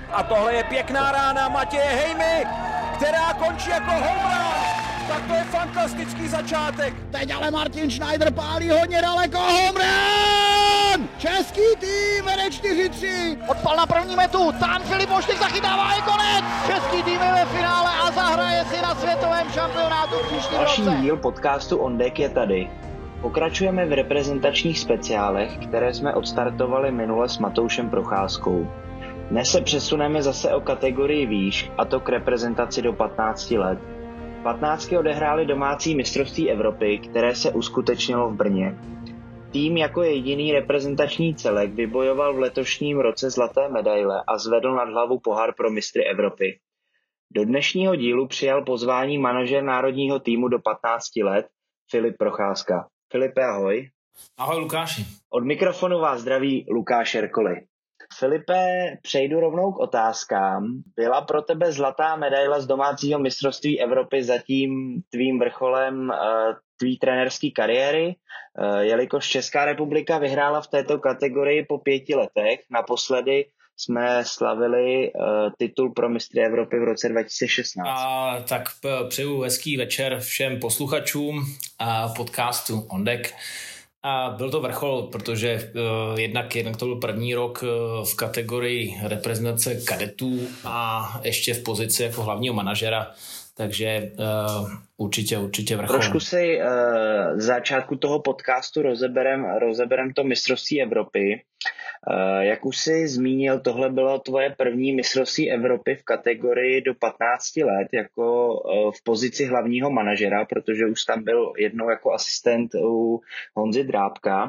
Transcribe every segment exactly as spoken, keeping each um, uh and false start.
A tohle je pěkná rána Matěje Hejmy, která končí jako home run. Tak to je fantastický začátek. Teď ale Martin Schneider pálí hodně daleko, home run! Český tým vede čtyři tři. Odpal na první metu, tam Filip Moštyk zachytává, je konec. Český tým je ve finále a zahraje si na světovém šampionátu v příštím roce. Další díl podcastu On Deck je tady. Pokračujeme v reprezentačních speciálech, které jsme odstartovali minule s Matoušem Procházkou. Dnes se přesuneme zase o kategorii výš, a to k reprezentaci do patnácti let. patnáctky odehráli domácí mistrovství Evropy, které se uskutečnilo v Brně. Tým jako jediný reprezentační celek vybojoval v letošním roce zlaté medaile a zvedl nad hlavu pohár pro mistry Evropy. Do dnešního dílu přijal pozvání manažer národního týmu do patnácti let Filip Procházka. Filipe, ahoj. Ahoj Lukáši. Od mikrofonu vás zdraví Lukáš Erkoli. Filipe, přejdu rovnou k otázkám. Byla pro tebe zlatá medaile z domácího mistrovství Evropy zatím tvým vrcholem tvý trenérský kariéry, jelikož Česká republika vyhrála v této kategorii po pěti letech. Naposledy jsme slavili titul pro mistry Evropy v roce dva tisíce šestnáct. A, tak přeju hezký večer všem posluchačům a podcastu On Deck. A byl to vrchol, protože uh, jednak, jednak to byl první rok uh, v kategorii reprezentace kadetů a ještě v pozici jako hlavního manažera, takže uh, určitě, určitě vrchol. Trošku si uh, z začátku toho podcastu rozeberem, rozeberem to mistrovství Evropy. Uh, jak už jsi zmínil, tohle bylo tvoje první mistrovství Evropy v kategorii do patnácti let jako uh, v pozici hlavního manažera, protože už tam byl jednou jako asistent u Honzy Drábka.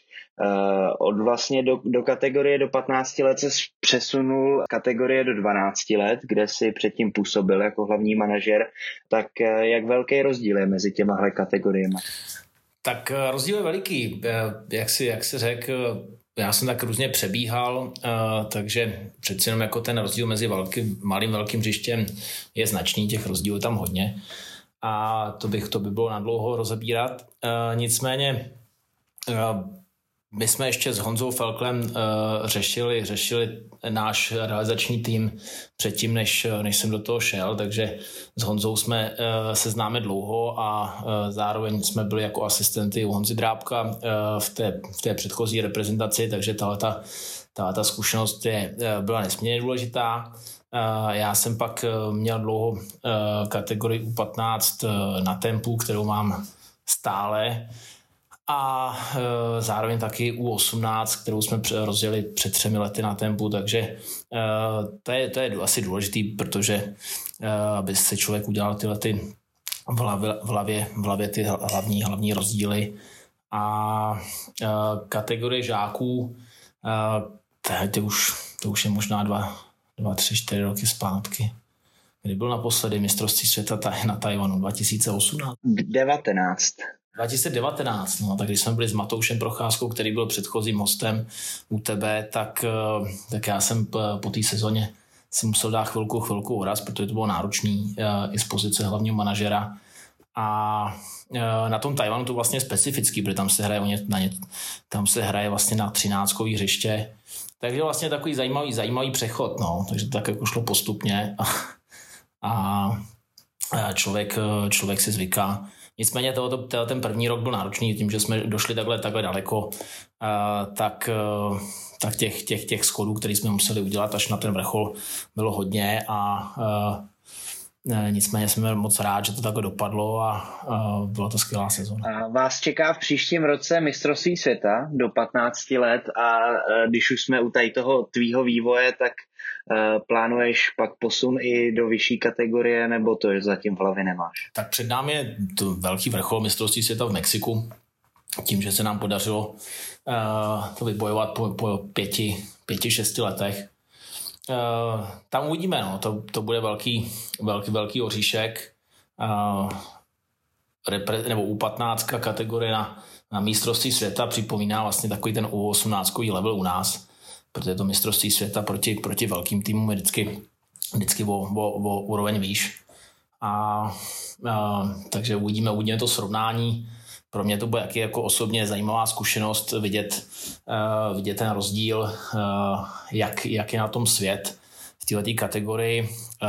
Uh, od vlastně do, do kategorie do patnácti let se přesunul kategorie do dvanácti let, kde si předtím působil jako hlavní manažer. Tak uh, jak velký rozdíl je mezi těmahle kategoriemi? Tak uh, rozdíl je veliký. Uh, jak si, jak si řekl, já jsem tak různě přebíhal, uh, takže přeci jenom jako ten rozdíl mezi velkým, malým velkým hřištěm je značný, těch rozdílů tam hodně. A to, bych, to by bylo nadlouho rozebírat. Uh, nicméně uh, my jsme ještě s Honzou Felklem uh, řešili, řešili náš realizační tým předtím, než, než jsem do toho šel, takže s Honzou jsme uh, se známe dlouho a uh, zároveň jsme byli jako asistenty u Honzy Drábka uh, v, té, v té předchozí reprezentaci, takže tahleta, tahleta zkušenost je, uh, byla nesmírně důležitá. Uh, já jsem pak uh, měl dlouho uh, kategorii U patnáct uh, na tempu, kterou mám stále, a e, zároveň taky U osmnáct, kterou jsme rozdělili před třemi lety na tempu, takže e, to, je, to je asi důležitý, protože e, aby se člověk udělal tyhle ty v hlavě, v hlavě, v hlavě ty hlavní, hlavní rozdíly. A e, kategorie žáků, e, to, už, to už je možná dva, dva, tři, čtyři roky zpátky. Kdy byl naposledy mistrovství světa na Tajvanu? dva tisíce osmnáct? devatenáct. dva tisíce devatenáct, no, tak když jsme byli s Matoušem Procházkou, který byl předchozím hostem u tebe, tak, tak já jsem po té sezóně si musel dát chvilku, chvilku uraz, protože to bylo náročný i z pozice hlavního manažera. A na tom Tajvanu to vlastně je specifický, protože tam se hraje, na ně, tam se hraje vlastně na třináctkový hřiště. Takže vlastně takový zajímavý, zajímavý přechod, no, takže to tak jako šlo postupně a, a člověk, člověk si zvyká. Nicméně tohoto, ten první rok byl náročný tím, že jsme došli takhle, takhle daleko, uh, tak, uh, tak těch, těch, těch schodů, které jsme museli udělat až na ten vrchol, bylo hodně a uh, nicméně jsme moc rád, že to takhle dopadlo a uh, byla to skvělá sezóna. Vás čeká v příštím roce mistrovství světa do patnácti let a uh, když už jsme u tady toho tvýho vývoje, tak Uh, plánuješ pak posun i do vyšší kategorie, nebo to zatím v hlavě nemáš? Tak před námi je to velký vrchol mistrovství světa v Mexiku. Tím, že se nám podařilo uh, to vybojovat po, po pěti, pěti, šesti letech. Uh, tam uvidíme, no. to, to bude velký, velký, velký oříšek. Uh, repre, nebo U patnáct kategorie na, na mistrovství světa připomíná vlastně takový ten U osmnáct level u nás, protože to mistrovství světa proti, proti velkým týmům je vždycky, vždycky o, o, o úroveň výš. A, a, takže uvidíme, uvidíme to srovnání. Pro mě to bude jaký jako osobně zajímavá zkušenost vidět, uh, vidět ten rozdíl, uh, jak, jak je na tom svět v této kategorii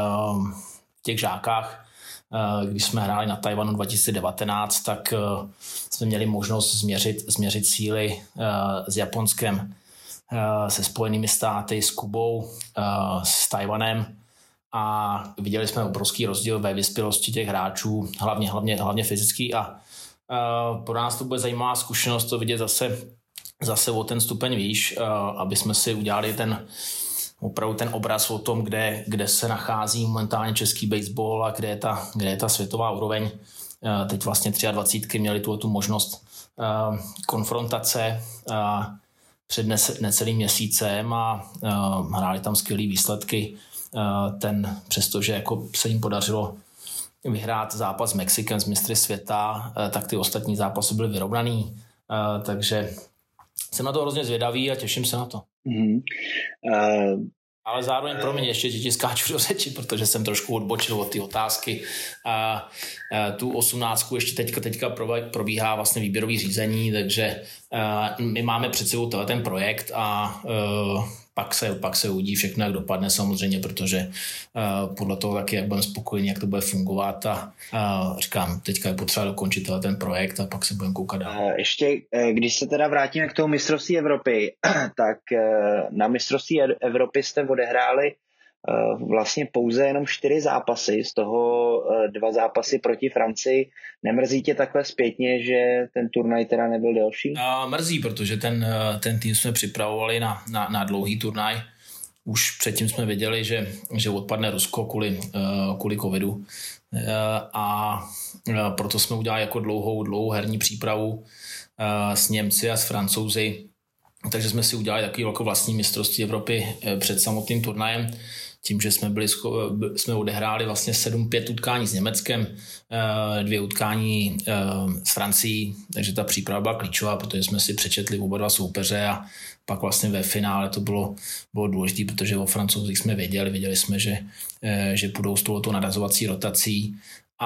v těch žákách, když jsme hráli na Tajvanu dva tisíce devatenáct, tak jsme měli možnost změřit, změřit síly s Japonskem, se Spojenými státy, s Kubou, s Tajvanem a viděli jsme obrovský rozdíl ve vyspělosti těch hráčů, hlavně, hlavně, hlavně fyzický a pro nás to bude zajímavá zkušenost to vidět zase, zase o ten stupeň výš, aby jsme si udělali ten opravdu ten obraz o tom, kde, kde se nachází momentálně český baseball a kde je ta, kde je ta světová úroveň. Teď vlastně dvacítky měli tu, tu možnost konfrontace před necelým měsícem a hráli tam skvělý výsledky. Ten, přestože jako se jim podařilo vyhrát zápas s Mexikem, s mistry světa, tak ty ostatní zápasy byly vyrovnaný. Takže jsem na to hrozně zvědavý a těším se na to. Mm-hmm. Uh... Ale zároveň pro mě ještě ti skáču do řeči, protože jsem trošku odbočil od ty otázky. A, a tu osmnáctku ještě teďka, teďka probíhá vlastně výběrový řízení, takže a, my máme před sebou ten projekt a, a pak se, pak se uvidí všechno, jak dopadne samozřejmě, protože a, podle toho taky, jak budeme spokojení, jak to bude fungovat a, a říkám, teďka je potřeba dokončit ten projekt a pak se budeme koukat dál. Ještě, když se teda vrátíme k tomu mistrovství Evropy, tak na mistrovství Evropy jste odehráli vlastně pouze jenom čtyři zápasy, z toho dva zápasy proti Francii. Nemrzí tě takhle zpětně, že ten turnaj teda nebyl delší? A mrzí, protože ten, ten tým jsme připravovali na, na, na dlouhý turnaj. Už předtím jsme věděli, že, že odpadne Rusko kvůli, kvůli covidu. A proto jsme udělali jako dlouhou, dlouhou herní přípravu s Němci a s Francouzi. Takže jsme si udělali takový jako vlastní mistrovství Evropy před samotným turnajem. Tím, že jsme, byli, jsme odehráli vlastně sedm pět utkání s Německem, dvě utkání s Francií, takže ta příprava byla klíčová, protože jsme si přečetli oba dva soupeře a pak vlastně ve finále to bylo, bylo důležité, protože o Francouzích jsme věděli, věděli jsme, že, že půjdou s touto nadazovací rotací.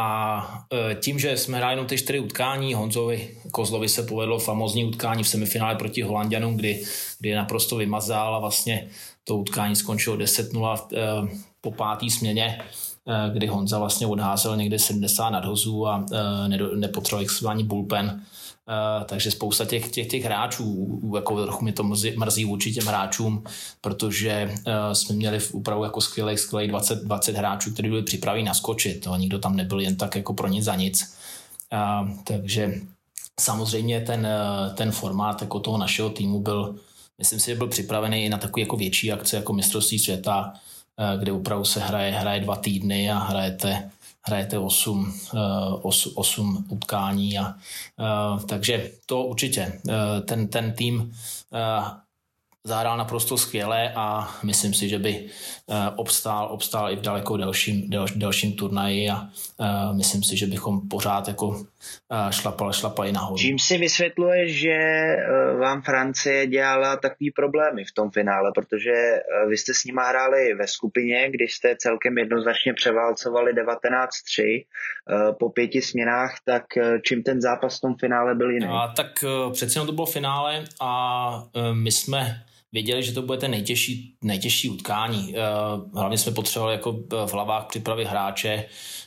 A tím, že jsme hráli jenom ty čtyři utkání, Honzovi Kozlovi se povedlo famózní utkání v semifinále proti Holanďanům, kdy, kdy naprosto vymazal a vlastně to utkání skončilo deset nula po pátý směně, kdy Honza vlastně odházel někde sedmdesát nadhozů a nepotřeboval ani bullpen. Uh, takže spousta těch, těch, těch hráčů, jako trochu mi to mrzí, mrzí vůči těm hráčům, protože uh, jsme měli opravdu jako skvělých, skvělých dvacet, dvacet hráčů, kteří byli připraveni naskočit. To nikdo tam nebyl jen tak jako pro nic za nic. Uh, takže samozřejmě ten, uh, ten formát jako toho našeho týmu byl, myslím si, že byl připravený i na takový jako větší akce jako mistrovství světa, uh, kde opravdu se hraje, hraje dva týdny a hrajete hrajete osm, osm, osm utkání a uh, takže to určitě uh, ten, ten tým uh, zahrál naprosto skvěle a myslím si, že by uh, obstál, obstál i v daleko delším, del, delším turnaji a uh, myslím si, že bychom pořád jako uh, šlapali, šlapali nahoru. Čím si vysvětluješ, že uh, vám Francie dělala takový problémy v tom finále, protože uh, vy jste s nima hráli ve skupině, když jste celkem jednoznačně převálcovali devatenáct tři uh, po pěti směnách, tak uh, čím ten zápas v tom finále byl jiný? A, tak uh, přeci jenom to bylo finále a uh, my jsme věděli, že to bude ten nejtěžší, nejtěžší utkání. Hlavně jsme potřebovali jako v hlavách připravit hráče,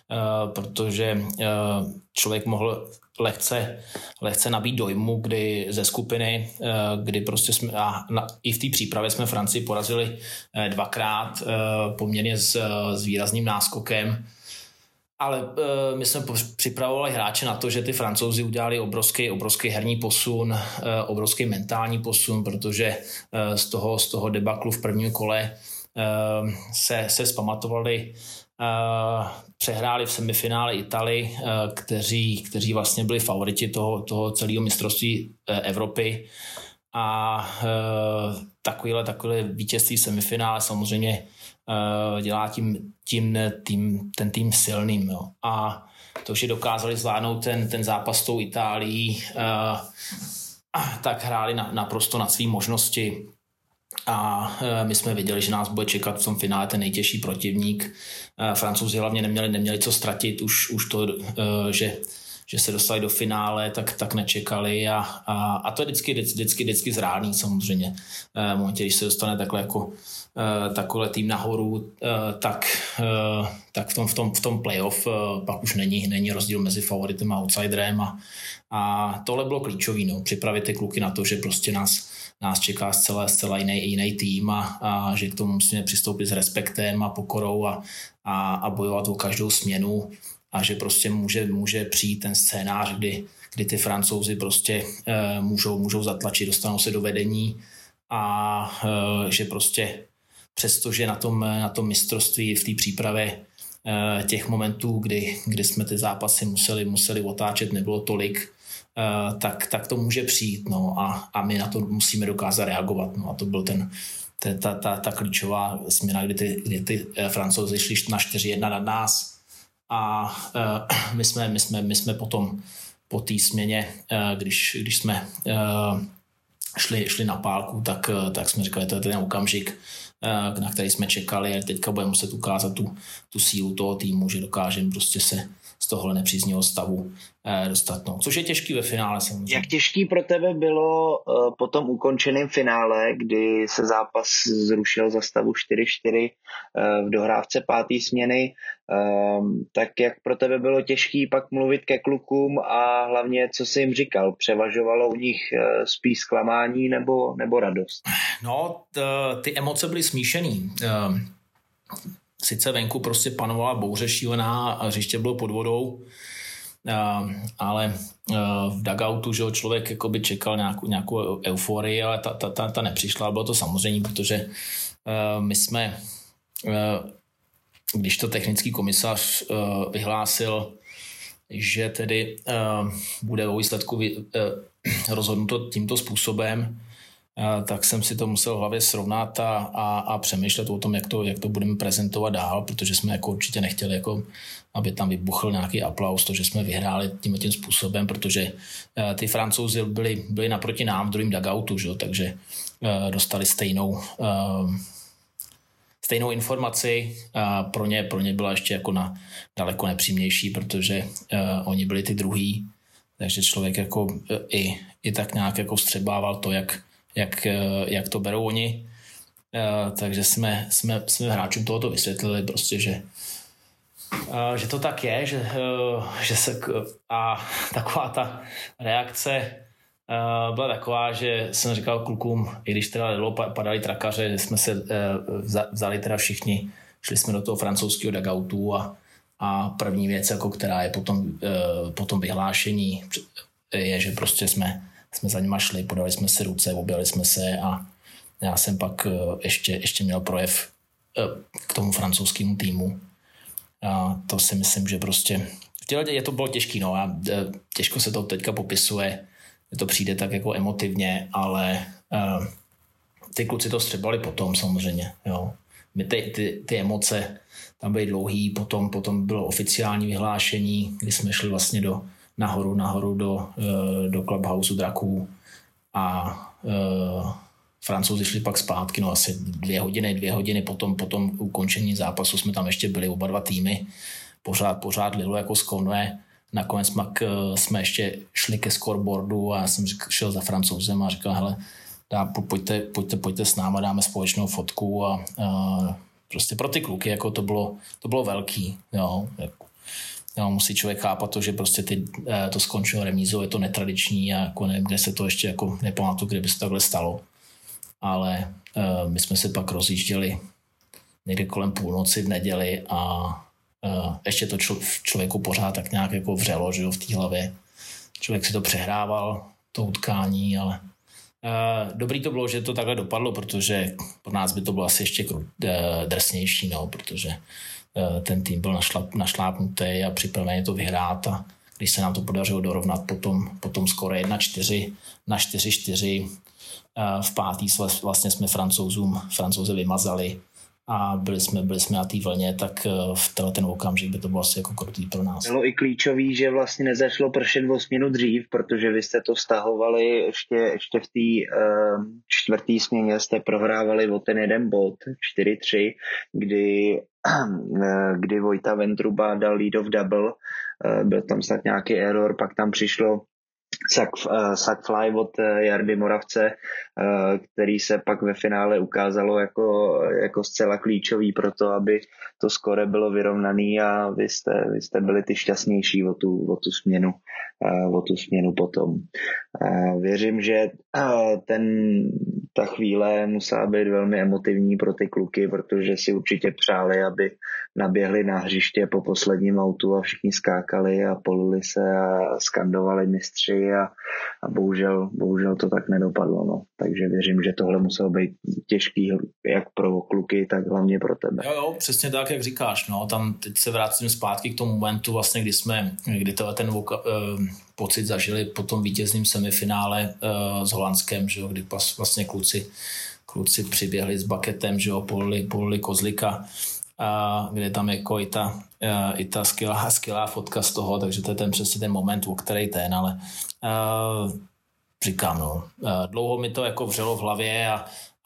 protože člověk mohl lehce, lehce nabít dojmu, kdy ze skupiny, kdy prostě jsme, a na, i v té přípravě jsme Francii porazili dvakrát poměrně s, s výrazným náskokem. Ale uh, my jsme připravovali hráče na to, že ty Francouzi udělali obrovský, obrovský herní posun, uh, obrovský mentální posun, protože uh, z toho, z toho debaklu v prvním kole uh, se, se vzpamatovali, uh, přehráli v semifinále Italii, uh, kteří, kteří vlastně byli favoriti toho, toho celého mistrovství uh, Evropy. A uh, takovýhle, takovýhle vítězství semifinále samozřejmě uh, dělá tím, tím, tím ten tým silným. Jo. A to, že dokázali zvládnout ten, ten zápas s tou Itálií, uh, tak hráli na, naprosto nad svý možnosti. A uh, my jsme věděli, že nás bude čekat v tom finále ten nejtěžší protivník. Uh, Francouzi hlavně neměli, neměli co ztratit, už, už to, uh, že že se dostali do finále, tak, tak nečekali a, a, a to je vždycky, vždycky, vždycky zrádný samozřejmě. V momentě, když se dostane takhle jako takovýhle tým nahoru, tak, tak v tom, v tom, v tom playoff pak už není, není rozdíl mezi favoritem a outsiderem a, a tohle bylo klíčový, no, připravit ty kluky na to, že prostě nás nás čeká zcela, zcela jiný, jiný tým a, a že k tomu musíme přistoupit s respektem a pokorou a, a, a bojovat o každou směnu a že prostě může, může přijít ten scénář, kdy, kdy ty Francouzi prostě e, můžou, můžou zatlačit, dostanou se do vedení a e, že prostě přestože na tom, na tom mistrovství v té přípravě e, těch momentů, kdy, kdy jsme ty zápasy museli, museli otáčet, nebylo tolik, Uh, tak, tak to může přijít, no, a, a my na to musíme dokázat reagovat, no, a to byl ten, ten ta, ta, ta klíčová směna, kdy ty, kdy ty uh, Francouzi šli na čtyři jedna nad nás a uh, my, jsme, my, jsme, my jsme potom po té směně, uh, když, když jsme uh, šli, šli na pálku, tak, uh, tak jsme říkali, to je ten okamžik, uh, na který jsme čekali a teďka budeme muset ukázat tu, tu sílu toho týmu, že dokážeme prostě se z tohohle nepříznivého stavu eh, dostat. No. Což je těžký ve finále samozřejmě. Jak těžký pro tebe bylo uh, po tom ukončeném finále, kdy se zápas zrušil za stavu čtyři čtyři uh, v dohrávce páté směny, um, tak jak pro tebe bylo těžký pak mluvit ke klukům a hlavně, co jsi jim říkal? Převažovalo u nich uh, spíš zklamání nebo, nebo radost? No, t, ty emoce byly smíšený. Uh, Sice venku prostě panovala bouře šílená a hřiště bylo pod vodou, ale v dugoutu, že člověk jakoby čekal nějakou, nějakou euforii, ale ta, ta, ta, ta nepřišla. Bylo to samozřejmě, protože my jsme, když to technický komisař vyhlásil, že tedy bude o výsledku rozhodnuto tímto způsobem, tak jsem si to musel v hlavě srovnat a, a, a přemýšlet o tom, jak to, jak to budeme prezentovat dál, protože jsme jako určitě nechtěli, jako, aby tam vybuchl nějaký aplaus, to, že jsme vyhráli tím tím způsobem, protože uh, ty Francouzi byli, byli naproti nám v druhém dugoutu, že? Takže uh, dostali stejnou, uh, stejnou informaci a pro ně, pro ně byla ještě jako na daleko nepřímější, protože uh, oni byli ty druhý, takže člověk jako uh, i, i tak nějak jako vstřebával to, jak Jak, jak to berou oni. Takže jsme, jsme, jsme hráčům tohoto vysvětlili prostě, že, že to tak je, že, že se, a taková ta reakce byla taková, že jsem říkal klukům, i když teda ledlo, padaly trakaře, že jsme se vzali teda všichni, šli jsme do toho francouzského dugoutu a, a první věc, jako která je potom, potom vyhlášení, je, že prostě jsme jsme za nima šli, podali jsme si ruce, objeli jsme se a já jsem pak ještě, ještě měl projev k tomu francouzskému týmu. A to si myslím, že prostě v těle je to bylo těžký, no a těžko se to teďka popisuje, to přijde tak jako emotivně, ale uh, ty kluci to střebali potom samozřejmě, jo. My ty, ty, ty emoce tam byly dlouhý, potom, potom bylo oficiální vyhlášení, kdy jsme šli vlastně do nahoru, nahoru do, do Clubhouse draků a uh, Francouzi šli pak zpátky, no asi dvě hodiny, dvě hodiny potom, potom ukončení zápasu jsme tam ještě byli oba dva týmy, pořád, pořád lilo jako z konve, nakonec mak, jsme ještě šli ke scoreboardu a já jsem říkal, šel za Francouzem a říkal, hele, dá, pojďte, pojďte, pojďte s náma, dáme společnou fotku a, a prostě pro ty kluky jako to bylo, to bylo velký, jo, jako, jo, musí člověk chápat to, že prostě ty, to skončilo remízou, je to netradiční a jako nevím, kde se to ještě jako nepamatuju, kde by se takhle stalo. Ale uh, my jsme se pak rozjížděli někde kolem půlnoci v neděli a uh, ještě to člo, člověku pořád tak nějak jako vřelo, že jo, v té hlavě. Člověk si to přehrával, to utkání, ale uh, dobrý to bylo, že to takhle dopadlo, protože pro nás by to bylo asi ještě uh, drsnější, no, protože ten tým byl našláp, našlápnutý a připravený to vyhrát a když se nám to podařilo dorovnat potom, potom skoro jedna čtyři na čtyři čtyři v pátý vlastně jsme Francouzům Francouze vymazali a byli jsme, byli jsme na té vlně, tak v tenhle ten okamžik by to bylo asi jako krutý pro nás. Bylo i klíčový, že vlastně nezačalo pršet osm minut dřív, protože vy jste to stahovali ještě, ještě v té uh, čtvrtý směně, jste prohrávali o ten jeden bod, čtyři tři, kdy, uh, kdy Vojta Ventruba dal lead of double, uh, byl tam snad nějaký error, pak tam přišlo sack, uh, sack fly od uh, Jardy Moravce, uh, který se pak ve finále ukázalo jako, jako zcela klíčový pro to, aby to skóre bylo vyrovnaný a vy jste, vy jste byli ty šťastnější o tu, o tu směnu, uh, o tu směnu potom. Uh, věřím, že uh, ten, ta chvíle musela být velmi emotivní pro ty kluky, protože si určitě přáli, aby naběhli na hřiště po posledním autu a všichni skákali a polili se a skandovali mistři a, a bohužel, bohužel to tak nedopadlo. No. Takže věřím, že tohle muselo být těžký jak pro kluky, tak hlavně pro tebe. Jo, jo, přesně tak, jak říkáš. No. Tam teď se vrátím zpátky k tomu momentu, vlastně, kdy jsme, kdy to, ten voka, eh, pocit zažili po tom vítězném semifinále eh, s Holandskem, že jo, kdy pas, vlastně kluci, kluci přiběhli s baketem, že jo, polili, polili Kozlika, a kde tam je jako i ta, i ta skvělá, skvělá fotka z toho, takže to je ten přesně ten moment, o který ten, ale uh, říkám, no, uh, dlouho mi to jako vřelo v hlavě a,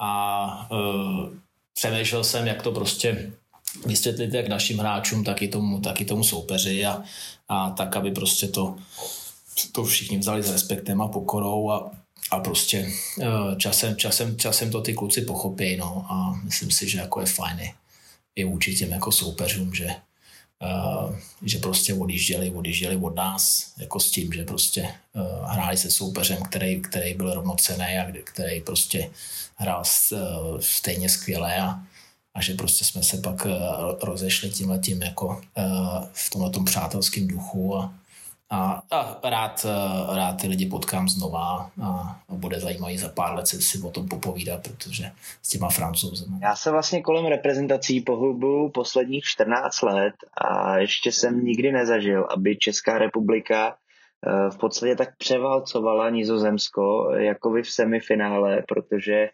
a uh, přemýšlel jsem, jak to prostě vysvětlit jak našim hráčům, tak i tomu, tak i tomu soupeři a, a tak, aby prostě to, to všichni vzali s respektem a pokorou a a prostě uh, časem, časem, časem to ty kluci pochopí, no, a myslím si, že jako je fajný i vůči těm jako soupeřům, že, uh, že prostě odjížděli, odjížděli od nás jako s tím, že prostě uh, hráli se soupeřem, který, který byl rovnocenný a který prostě hrál uh, stejně skvěle a, a že prostě jsme se pak uh, rozešli tímhletím jako uh, v tomhletom přátelském duchu a A, a rád, rád ty lidi potkám znova a, a bude zajímavý za pár let si o tom popovídat, protože s těma Francouzemi. Já se vlastně kolem reprezentací pohybuju posledních čtrnáct let a ještě jsem nikdy nezažil, aby Česká republika v podstatě tak převálcovala Nizozemsko jako vy v semifinále, protože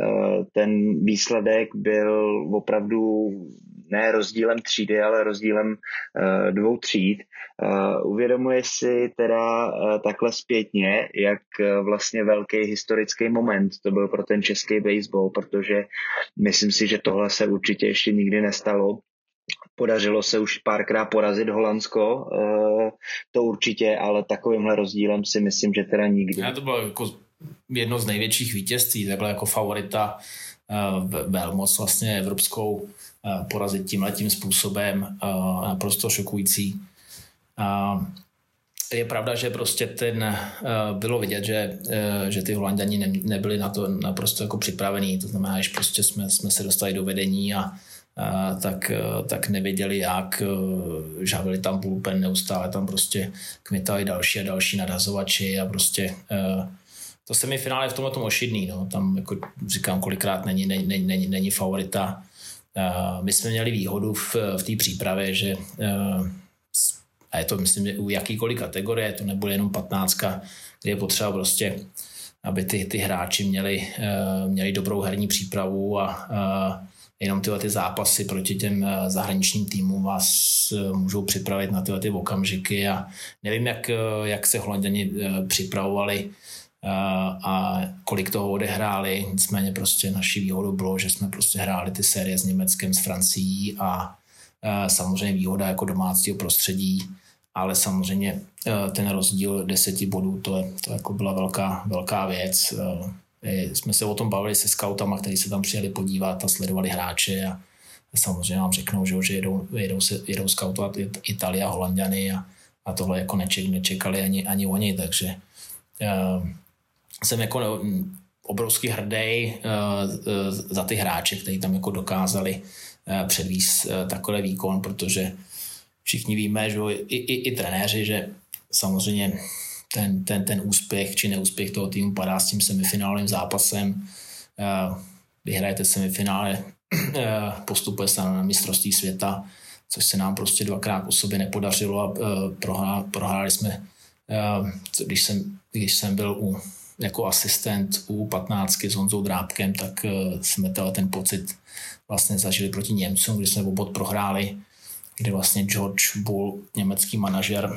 ten výsledek byl opravdu ne rozdílem třídy, ale rozdílem dvou tříd. Uvědomuje si teda takhle zpětně, jak vlastně velký historický moment to byl pro ten český baseball, protože myslím si, že tohle se určitě ještě nikdy nestalo. Podařilo se už párkrát porazit Holandsko, to určitě, ale takovýmhle rozdílem si myslím, že teda nikdy. Já to bylo jako jedno z největších vítězství, takhle jako favorita velmoc vlastně evropskou porazit tímhletím způsobem, naprosto šokující. Je pravda, že prostě ten bylo vidět, že, že ty Holanďani nebyli na to naprosto jako připravení, to znamená, že prostě jsme, jsme se dostali do vedení a A, tak, tak nevěděli jak, žávili tam bullpen, neustále tam prostě kmitali další a další nadhazovači a prostě to semifinále je v tomhle tom ošidný, no. Tam jako říkám kolikrát není, není, není, není favorita. My jsme měli výhodu v, v té přípravě, že a je to myslím u jakýkoliv kategorie, to nebude jenom patnáctka, kde je potřeba prostě, aby ty, ty hráči měli, měli dobrou herní přípravu a, a jenom tyhle ty zápasy proti těm zahraničním týmům vás můžou připravit na tyhle ty okamžiky a nevím, jak, jak se Holanďani připravovali a kolik toho odehráli, nicméně prostě naší výhodou bylo, že jsme prostě hráli ty série s Německem, s Francií a samozřejmě výhoda jako domácího prostředí, ale samozřejmě ten rozdíl deseti bodů, to, je, to jako byla velká, velká věc. Jsme se o tom bavili se scoutama, kteří se tam přijeli podívat a sledovali hráče a samozřejmě nám řeknou, že, že jedou, jedou, se, jedou scoutovat Itálie a Holanďany a, a tohle jako neček, nečekali ani, ani oni, takže uh, jsem jako obrovský hrdý uh, uh, za ty hráče, kteří tam jako dokázali uh, předvíst uh, takový výkon, protože všichni víme, že i, i, i trenéři, že samozřejmě Ten, ten, ten úspěch či neúspěch toho týmu padá s tím semifinálovým zápasem. Vyhrajete semifinále, postupuje se na mistrovství světa, což se nám prostě dvakrát po sobě nepodařilo a prohráli jsme, když jsem, když jsem byl u, jako asistent u patnáctky s Honzou Drábkem, tak jsme ten pocit vlastně zažili proti Němcům, kdy jsme obod prohráli, kdy vlastně George Bull, německý manažer,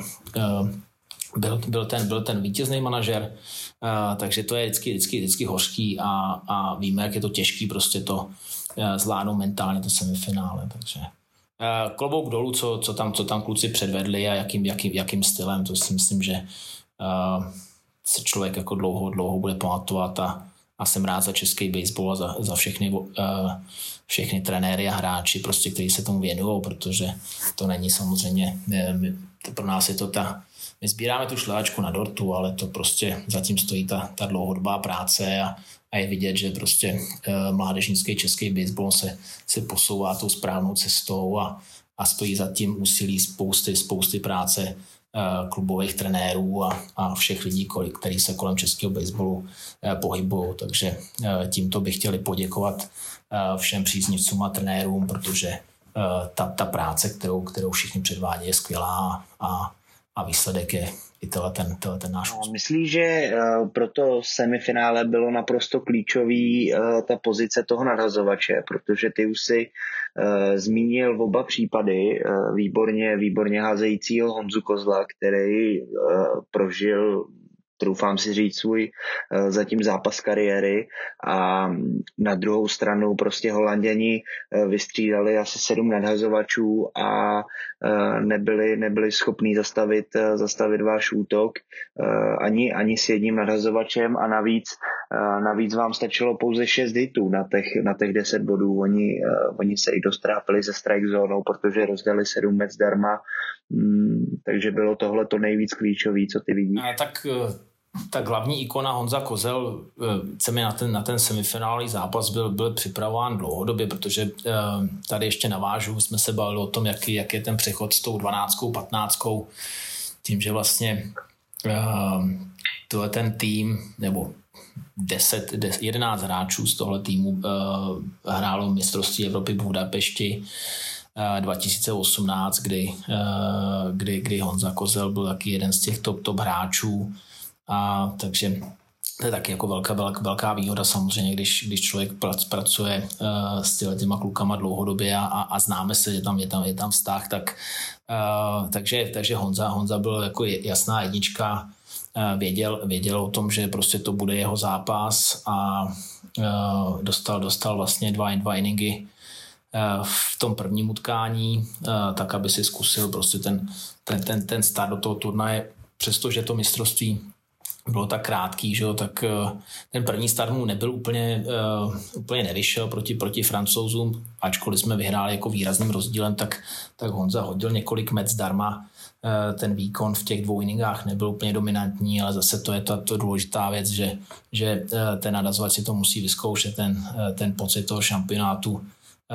byl, byl, ten, byl ten vítězný manažer, takže to je vždycky, vždycky, vždycky hořký a, a víme, jak je to těžký prostě to zvládnout mentálně, to semifinále, takže klobouk dolů, co, co, tam, co tam kluci předvedli a jakým, jakým, jakým stylem, to si myslím, že uh, se člověk jako dlouho, dlouho bude pamatovat a, a jsem rád za český baseball a za, za všechny, uh, všechny trenéry a hráči, prostě, kteří se tomu věnují, protože to není samozřejmě, my, to pro nás je to ta, my sbíráme tu šlehačku na dortu, ale to prostě zatím stojí ta, ta dlouhodobá práce a, a je vidět, že prostě uh, mládežnický český baseball se, se posouvá tou správnou cestou a, a stojí za tím úsilí spousty, spousty práce uh, klubových trenérů a, a všech lidí, kteří se kolem českého baseballu uh, pohybují. Takže uh, tímto bych chtěli poděkovat uh, všem příznivcům a trenérům, protože uh, ta, ta práce, kterou, kterou všichni předvádí, je skvělá a, a výsledek je i tenhle ten, tenhle ten náš úspěch. Myslíš, že pro to semifinále bylo naprosto klíčový ta pozice toho nadhazovače, protože ty už si zmínil v oba případy výborně, výborně házejícího Honzu Kozla, který prožil, troufám si říct, svůj zatím zápas kariéry a na druhou stranu prostě Holanděni vystřídali asi sedm nadhazovačů a nebyli, nebyli schopní zastavit, zastavit váš útok ani, ani s jedním nadhazovačem a navíc, navíc vám stačilo pouze šest hitů na těch, na těch deset bodů. Oni, oni se i dostrápili ze strike zónou, protože rozdali sedm met zdarma, takže bylo tohle to nejvíc klíčový, co ty vidíš. A tak tak hlavní ikona Honza Kozel mi na ten, na ten semifinální zápas byl, byl připravován dlouhodobě, protože tady ještě navážu, jsme se bavili o tom, jak, jak je ten přechod s tou dvanáctkou, patnáctkou, tím, že vlastně tohle ten tým, nebo deset, jedenáct hráčů z tohle týmu hrálo mistrovství Evropy v Budapešti dva tisíce osmnáct, kdy, kdy, kdy Honza Kozel byl taky jeden z těch top, top hráčů. A takže to je taky jako velká, velká, velká výhoda samozřejmě, když, když člověk pracuje uh, s těma klukama dlouhodobě a, a, a známe se, že tam je tam, je tam vztah, tak, uh, takže, takže Honza, Honza byl jako jasná jednička, uh, věděl, věděl o tom, že prostě to bude jeho zápas a uh, dostal, dostal vlastně dva, dva inningy uh, v tom prvním utkání, uh, tak aby si zkusil prostě ten, ten, ten, ten start do toho turnaje, přestože to mistrovství bylo tak krátký, že jo, tak ten první start mu nebyl úplně, uh, úplně nevyšel proti, proti Francouzům, ačkoliv jsme vyhráli jako výrazným rozdílem, tak, tak Honza hodil několik met zdarma. Uh, ten výkon v těch dvou inningách nebyl úplně dominantní, ale zase to je ta to důležitá věc, že, že uh, ten nadazovač si to musí vyzkoušet, ten, uh, ten pocit toho šampionátu uh,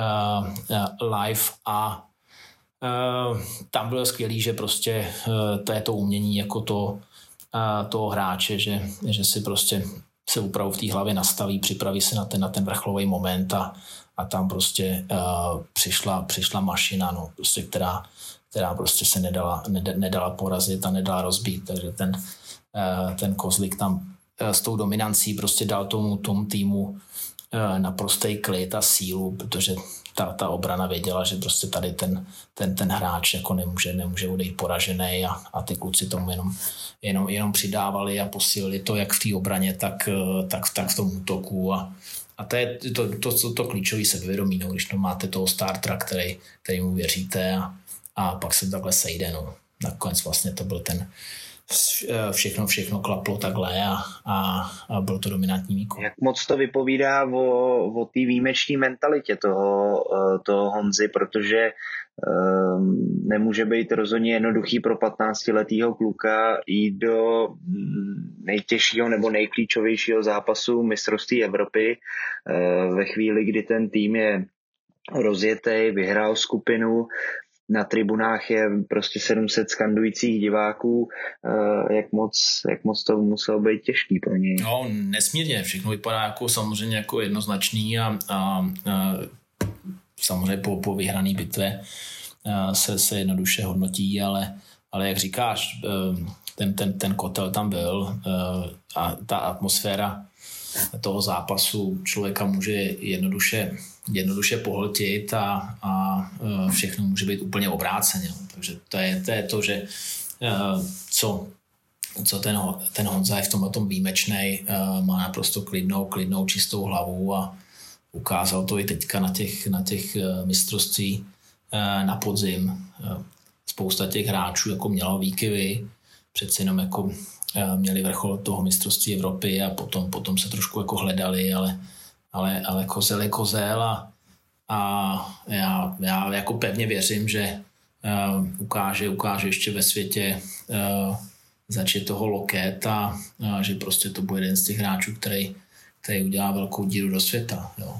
uh, live a uh, tam bylo skvělý, že prostě uh, to je to umění jako to a toho hráče, že, že si prostě se opravdu v té hlavě nastaví, připraví se na ten, na ten vrcholový moment a, a tam prostě uh, přišla, přišla mašina, no, prostě, která, která prostě se nedala, nedala porazit a nedala rozbít, takže ten, uh, ten Kozlik tam uh, s tou dominancí prostě dal tomu, tomu týmu uh, naprostý klid a sílu, protože ta, ta obrana věděla, že prostě tady ten, ten, ten hráč jako nemůže, nemůže odejít poražený a, a ty kluci tomu jenom, jenom, jenom přidávali a posílili to jak v té obraně, tak, tak, tak v tom útoku a, a to je to, to, to, to klíčové sebevědomí, no, když to máte toho startera, který, který mu věříte a, a pak se takhle sejde, no. Nakonec vlastně to byl ten všechno, všechno klaplo takhle a, a, a byl to dominantní výkon. Jak moc to vypovídá o, o té výjimečné mentalitě toho, toho Honzy, protože um, nemůže být rozhodně jednoduchý pro patnáctiletýho kluka jít do nejtěžšího nebo nejklíčovějšího zápasu mistrovství Evropy uh, ve chvíli, kdy ten tým je rozjetej, vyhrál skupinu, na tribunách je prostě sedm set skandujících diváků, jak moc, jak moc to muselo být těžký pro něj. No, nesmírně, všechno vypadá jako samozřejmě jako jednoznačný a, a, a samozřejmě po, po vyhrané bitvě se, se jednoduše hodnotí, ale, ale jak říkáš, ten, ten, ten kotel tam byl a ta atmosféra toho zápasu člověka může jednoduše, jednoduše pohltit a, a všechno může být úplně obráceně. Takže to je to, je to že co, co ten, ten Honza je v tomhle tom výjimečnej, má naprosto klidnou, klidnou, čistou hlavu a ukázal to i teďka na těch, na těch mistrovství na podzim. Spousta těch hráčů jako měla výkyvy, přeci jenom jako měli vrchol toho mistrovství Evropy a potom, potom se trošku jako hledali, ale, ale, ale kozel je kozel a, a já, já jako pevně věřím, že uh, ukáže, ukáže ještě ve světě uh, začít toho Loket a uh, že prostě to bude jeden z těch hráčů, který, který udělá velkou díru do světa. Jo.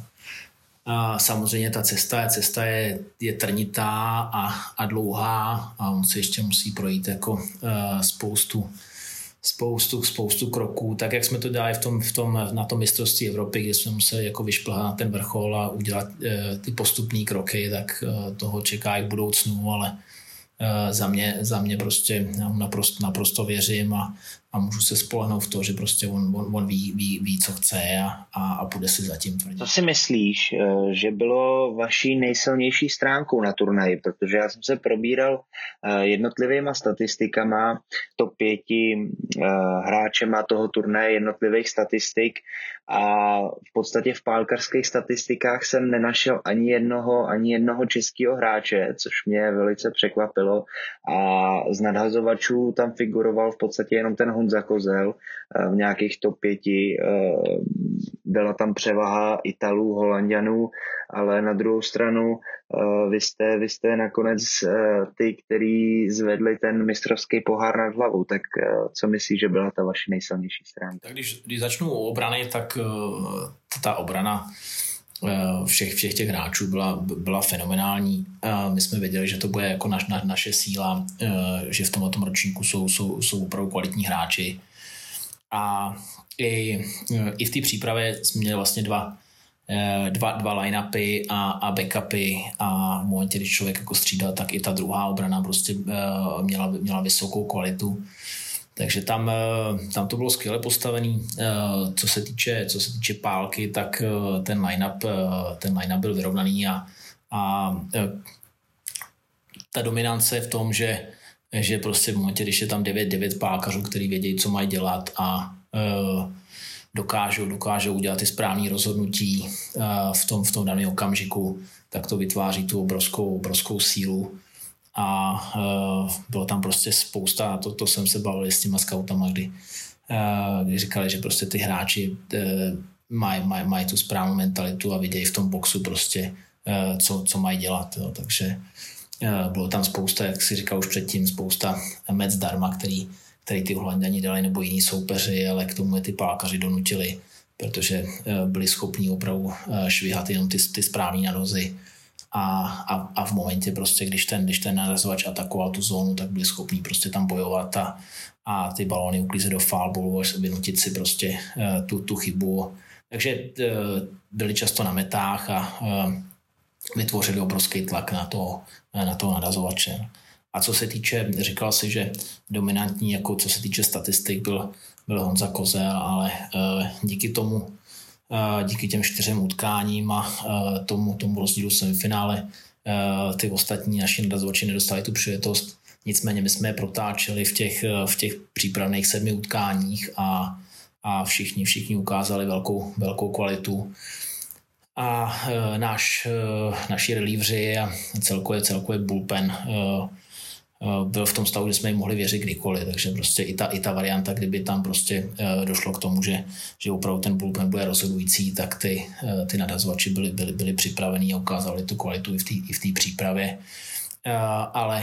A samozřejmě ta cesta, cesta je, je trnitá a, a dlouhá a on se ještě musí projít jako uh, spoustu spoustu, spoustu kroků, tak jak jsme to dělali v tom, v tom, na tom mistrovství Evropy, kde jsme museli jako vyšplhat na ten vrchol a udělat e, ty postupné kroky, tak e, toho čeká i v budoucnu, ale e, za, mě, za mě prostě naprosto, naprosto věřím a, a můžu se spolehnout v to, že prostě on, on, on ví, ví, ví, co chce a, a, a půjde si zatím tvrdě. Co si myslíš, že bylo vaší nejsilnější stránkou na turnaji? Protože já jsem se probíral jednotlivýma statistikama, top pěti hráčema toho turnaje jednotlivých statistik a v podstatě v pálkařských statistikách jsem nenašel ani jednoho, ani jednoho českého hráče, což mě velice překvapilo a z nadhazovačů tam figuroval v podstatě jenom ten Honza Kozel v nějakých top pěti. Byla tam převaha Italů, Holanďanů, ale na druhou stranu vy jste, vy jste nakonec ty, který zvedli ten mistrovský pohár nad hlavou. Tak co myslíš, že byla ta vaše nejsilnější stránka? Tak když, když začnu o obrany, tak ta obrana všech, všech těch hráčů byla, byla fenomenální. My jsme věděli, že to bude jako naš, na, naše síla, že v tomto ročníku jsou, jsou, jsou opravdu kvalitní hráči. A i, i v té přípravě jsme měli vlastně dva, dva, dva line-upy a, a backupy a v momentě, když člověk jako střídal, tak i ta druhá obrana prostě měla, měla vysokou kvalitu. Takže tam, tam to bylo skvěle postavený. Co se týče, co se týče pálky, tak ten line-up, ten line-up byl vyrovnaný a, a ta dominance je v tom, že, že prostě v momentě, když je tam devět, devět pálkařů, který vědí, co mají dělat a dokážou, dokážou udělat ty správné rozhodnutí v tom, v tom daném okamžiku, tak to vytváří tu obrovskou, obrovskou sílu. A uh, bylo tam prostě spousta, to, to jsem se bavil s těma scoutama, kdy, uh, kdy říkali, že prostě ty hráči uh, mají maj, maj tu správnou mentalitu a vidějí v tom boxu prostě, uh, co, co mají dělat. Jo. Takže uh, bylo tam spousta, jak si říkal už předtím, spousta met zdarma, který, který ty Holanďani dali nebo jiní soupeři, ale k tomu je ty pálkaři donutili, protože uh, byli schopní opravdu uh, švihat jenom ty, ty správný nadhozy. A, a, a v momentě prostě, když ten, když ten narazovač atakoval tu zónu, tak byli schopní prostě tam bojovat a, a ty balóny uklízet do foulballu, až vynutit si prostě uh, tu, tu chybu. Takže uh, byli často na metách a uh, vytvořili obrovský tlak na to, na toho narazovače. A co se týče, říkal si, že dominantní, jako co se týče statistik, byl, byl Honza Kozel, ale uh, díky tomu díky těm čtyřem utkáním a tomu, tomu rozdílu semifinále ty ostatní naši narazovači nedostali tu příležitost. Nicméně my jsme je protáčeli v těch, v těch přípravných sedmi utkáních a, a všichni, všichni ukázali velkou, velkou kvalitu. A náš, naši relívři a celkově, celkově bullpen byl v tom stavu, že jsme jim mohli věřit kdykoliv, takže prostě i ta, i ta varianta, kdyby tam prostě došlo k tomu, že, že opravdu ten bullpen bude rozhodující, tak ty, ty nadhazovači byli, byli, byli připravení a ukázali tu kvalitu i v té přípravě. Ale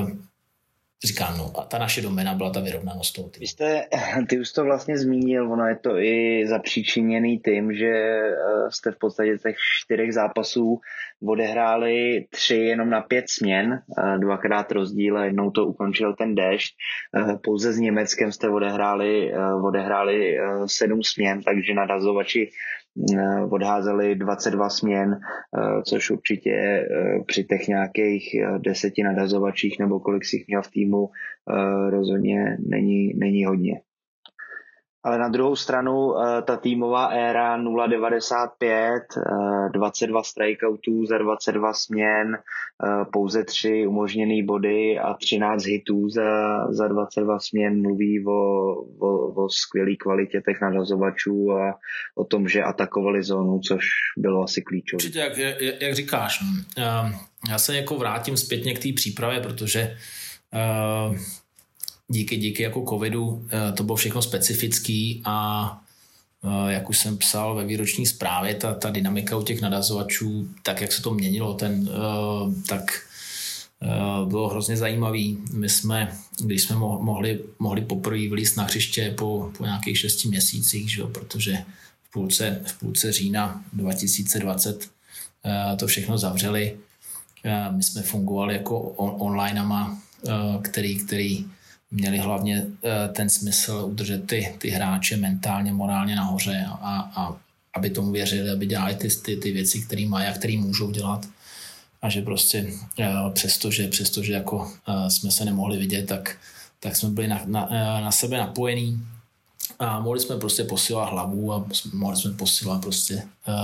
říkám, no, a ta naše domena byla ta vyrovnanost toho. Vy jste, ty už to vlastně zmínil, ono je to i zapříčiněný tím, že jste v podstatě těch čtyřech zápasů odehráli tři jenom na pět směn, dvakrát rozdíl a jednou to ukončil ten déšť. Pouze s Německem jste odehráli, odehráli sedm směn, takže nadhazovači odházeli dvacet dva směn, což určitě při těch nějakých deseti nadhazovačích nebo kolik si jich měl v týmu rozhodně není, není hodně. Ale na druhou stranu ta týmová éra nula devadesát pět, dvacet dva strikeoutů za dvacet dva směn, pouze tři umožněné body a třináct hitů za, za dvacet dva směn mluví o, o, o skvělé kvalitě těch nadhazovačů a o tom, že atakovali zónu, což bylo asi klíčové. Určitě, jak, jak, jak říkáš, já se jako vrátím zpětně k té přípravě, protože uh... díky, díky jako covidu to bylo všechno specifický a jak už jsem psal ve výroční zprávě, ta, ta dynamika u těch nadazovačů, tak jak se to měnilo, ten, tak bylo hrozně zajímavý. My jsme, když jsme mohli, mohli poprvé vylízt na hřiště po, po nějakých šesti měsících, že jo, protože v půlce, v půlce října dva tisíce dvacet to všechno zavřeli. My jsme fungovali jako on, onlineama, který, který měli hlavně ten smysl udržet ty, ty hráče mentálně, morálně nahoře a, a aby tomu věřili, aby dělali ty, ty, ty věci, které mají a které můžou dělat. A že prostě přestože, přestože jako jsme se nemohli vidět, tak, tak jsme byli na, na, na sebe napojení a mohli jsme prostě posílat hlavu a mohli jsme posílat prostě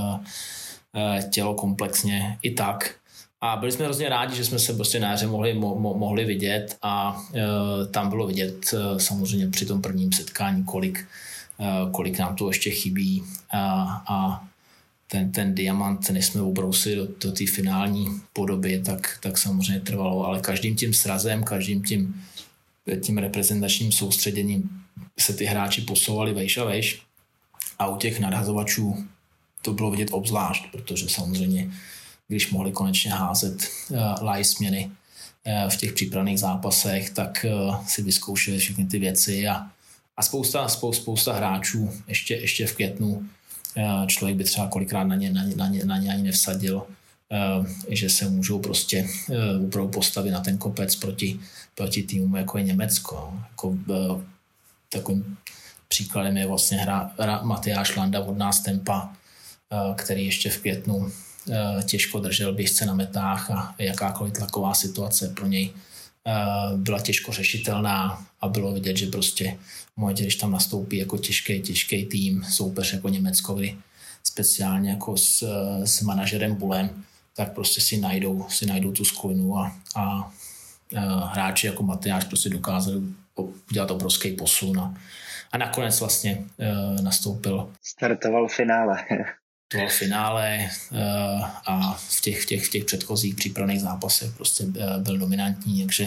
tělo komplexně i tak. A byli jsme hrozně rádi, že jsme se prostě na jaře mohli, mo, mohli vidět a e, tam bylo vidět e, samozřejmě při tom prvním setkání, kolik, e, kolik nám to ještě chybí a, a ten, ten diamant, než jsme obrousili do, do té finální podoby, tak, tak samozřejmě trvalo, ale každým tím srazem, každým tím, tím reprezentačním soustředěním se ty hráči posouvali vejš a vejš a u těch nadhazovačů to bylo vidět obzvlášť, protože samozřejmě když mohli konečně házet uh, live směny uh, v těch přípravných zápasech, tak uh, si vyzkoušeli všechny ty věci a, a spousta, spousta, spousta hráčů ještě, ještě v květnu uh, člověk by třeba kolikrát na ně, na ně, na ně, na ně ani nevsadil, uh, že se můžou prostě uh, opravdu postavit na ten kopec proti, proti týmu, jako je Německo. Jako, uh, takovým příkladem je vlastně hra, hra Matyáš Landa od nás Tempa, uh, který ještě v květnu těžko držel běžce na metách a jakákoliv tlaková situace pro něj byla těžko řešitelná a bylo vidět, že prostě může, když tam nastoupí jako těžký, těžký tým, soupeř jako Německo, kdy speciálně jako s, s manažerem Bulem, tak prostě si najdou, si najdou tu sklinu a, a, a hráči jako Matyáš prostě dokázali udělat obrovský posun a, a nakonec vlastně e, nastoupil. Startoval v finále. v finále a v těch, v těch, v těch předchozích přípravných zápasech prostě byl dominantní, takže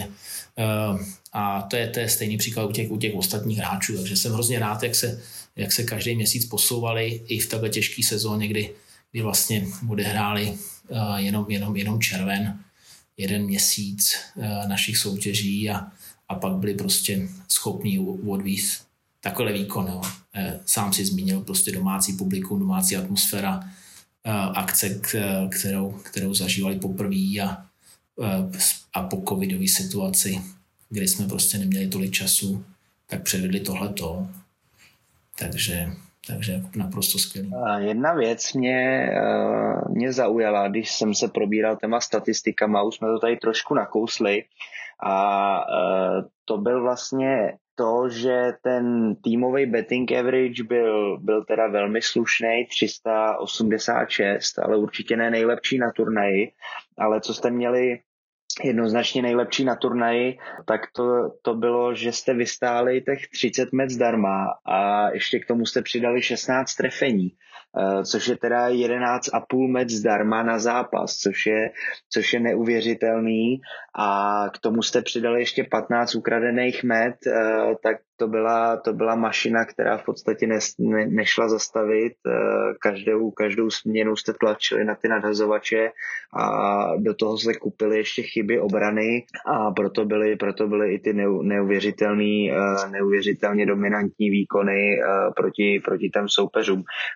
a to je, to je stejný příklad u těch, u těch ostatních hráčů, takže jsem hrozně rád, jak se, jak se každý měsíc posouvali i v takhle těžké sezóně, kdy, kdy vlastně odehráli jenom, jenom, jenom červen, jeden měsíc našich soutěží a, a pak byli prostě schopní odvízt takový výkon. Jo. Sám si zmínil prostě domácí publikum, domácí atmosféra, akce, kterou, kterou zažívali poprvé a, a po covidové situaci, kdy jsme prostě neměli tolik času, tak předvedli tohleto. Takže, takže naprosto skvělý. Jedna věc mě, mě zaujala, když jsem se probíral téma statistikama, už jsme to tady trošku nakousli a to byl vlastně to, že ten týmový betting average byl, byl teda velmi slušný, tři sta osmdesát šest, ale určitě ne nejlepší na turnaji, ale co jste měli jednoznačně nejlepší na turnaji, tak to, to bylo, že jste vystáli těch třicet met zdarma a ještě k tomu jste přidali šestnáct trefení, což je teda jedenáct a půl met zdarma na zápas, což je, což je neuvěřitelný a k tomu jste přidali ještě patnáct ukradených met, tak to byla, to byla mašina, která v podstatě ne, ne, nešla zastavit. Každou, každou směnu jste tlačili na ty nadhazovače a do toho se kupili ještě chyby obrany a proto byly, proto byly i ty neuvěřitelný, neuvěřitelně dominantní výkony proti, proti těm soupeřům. Tak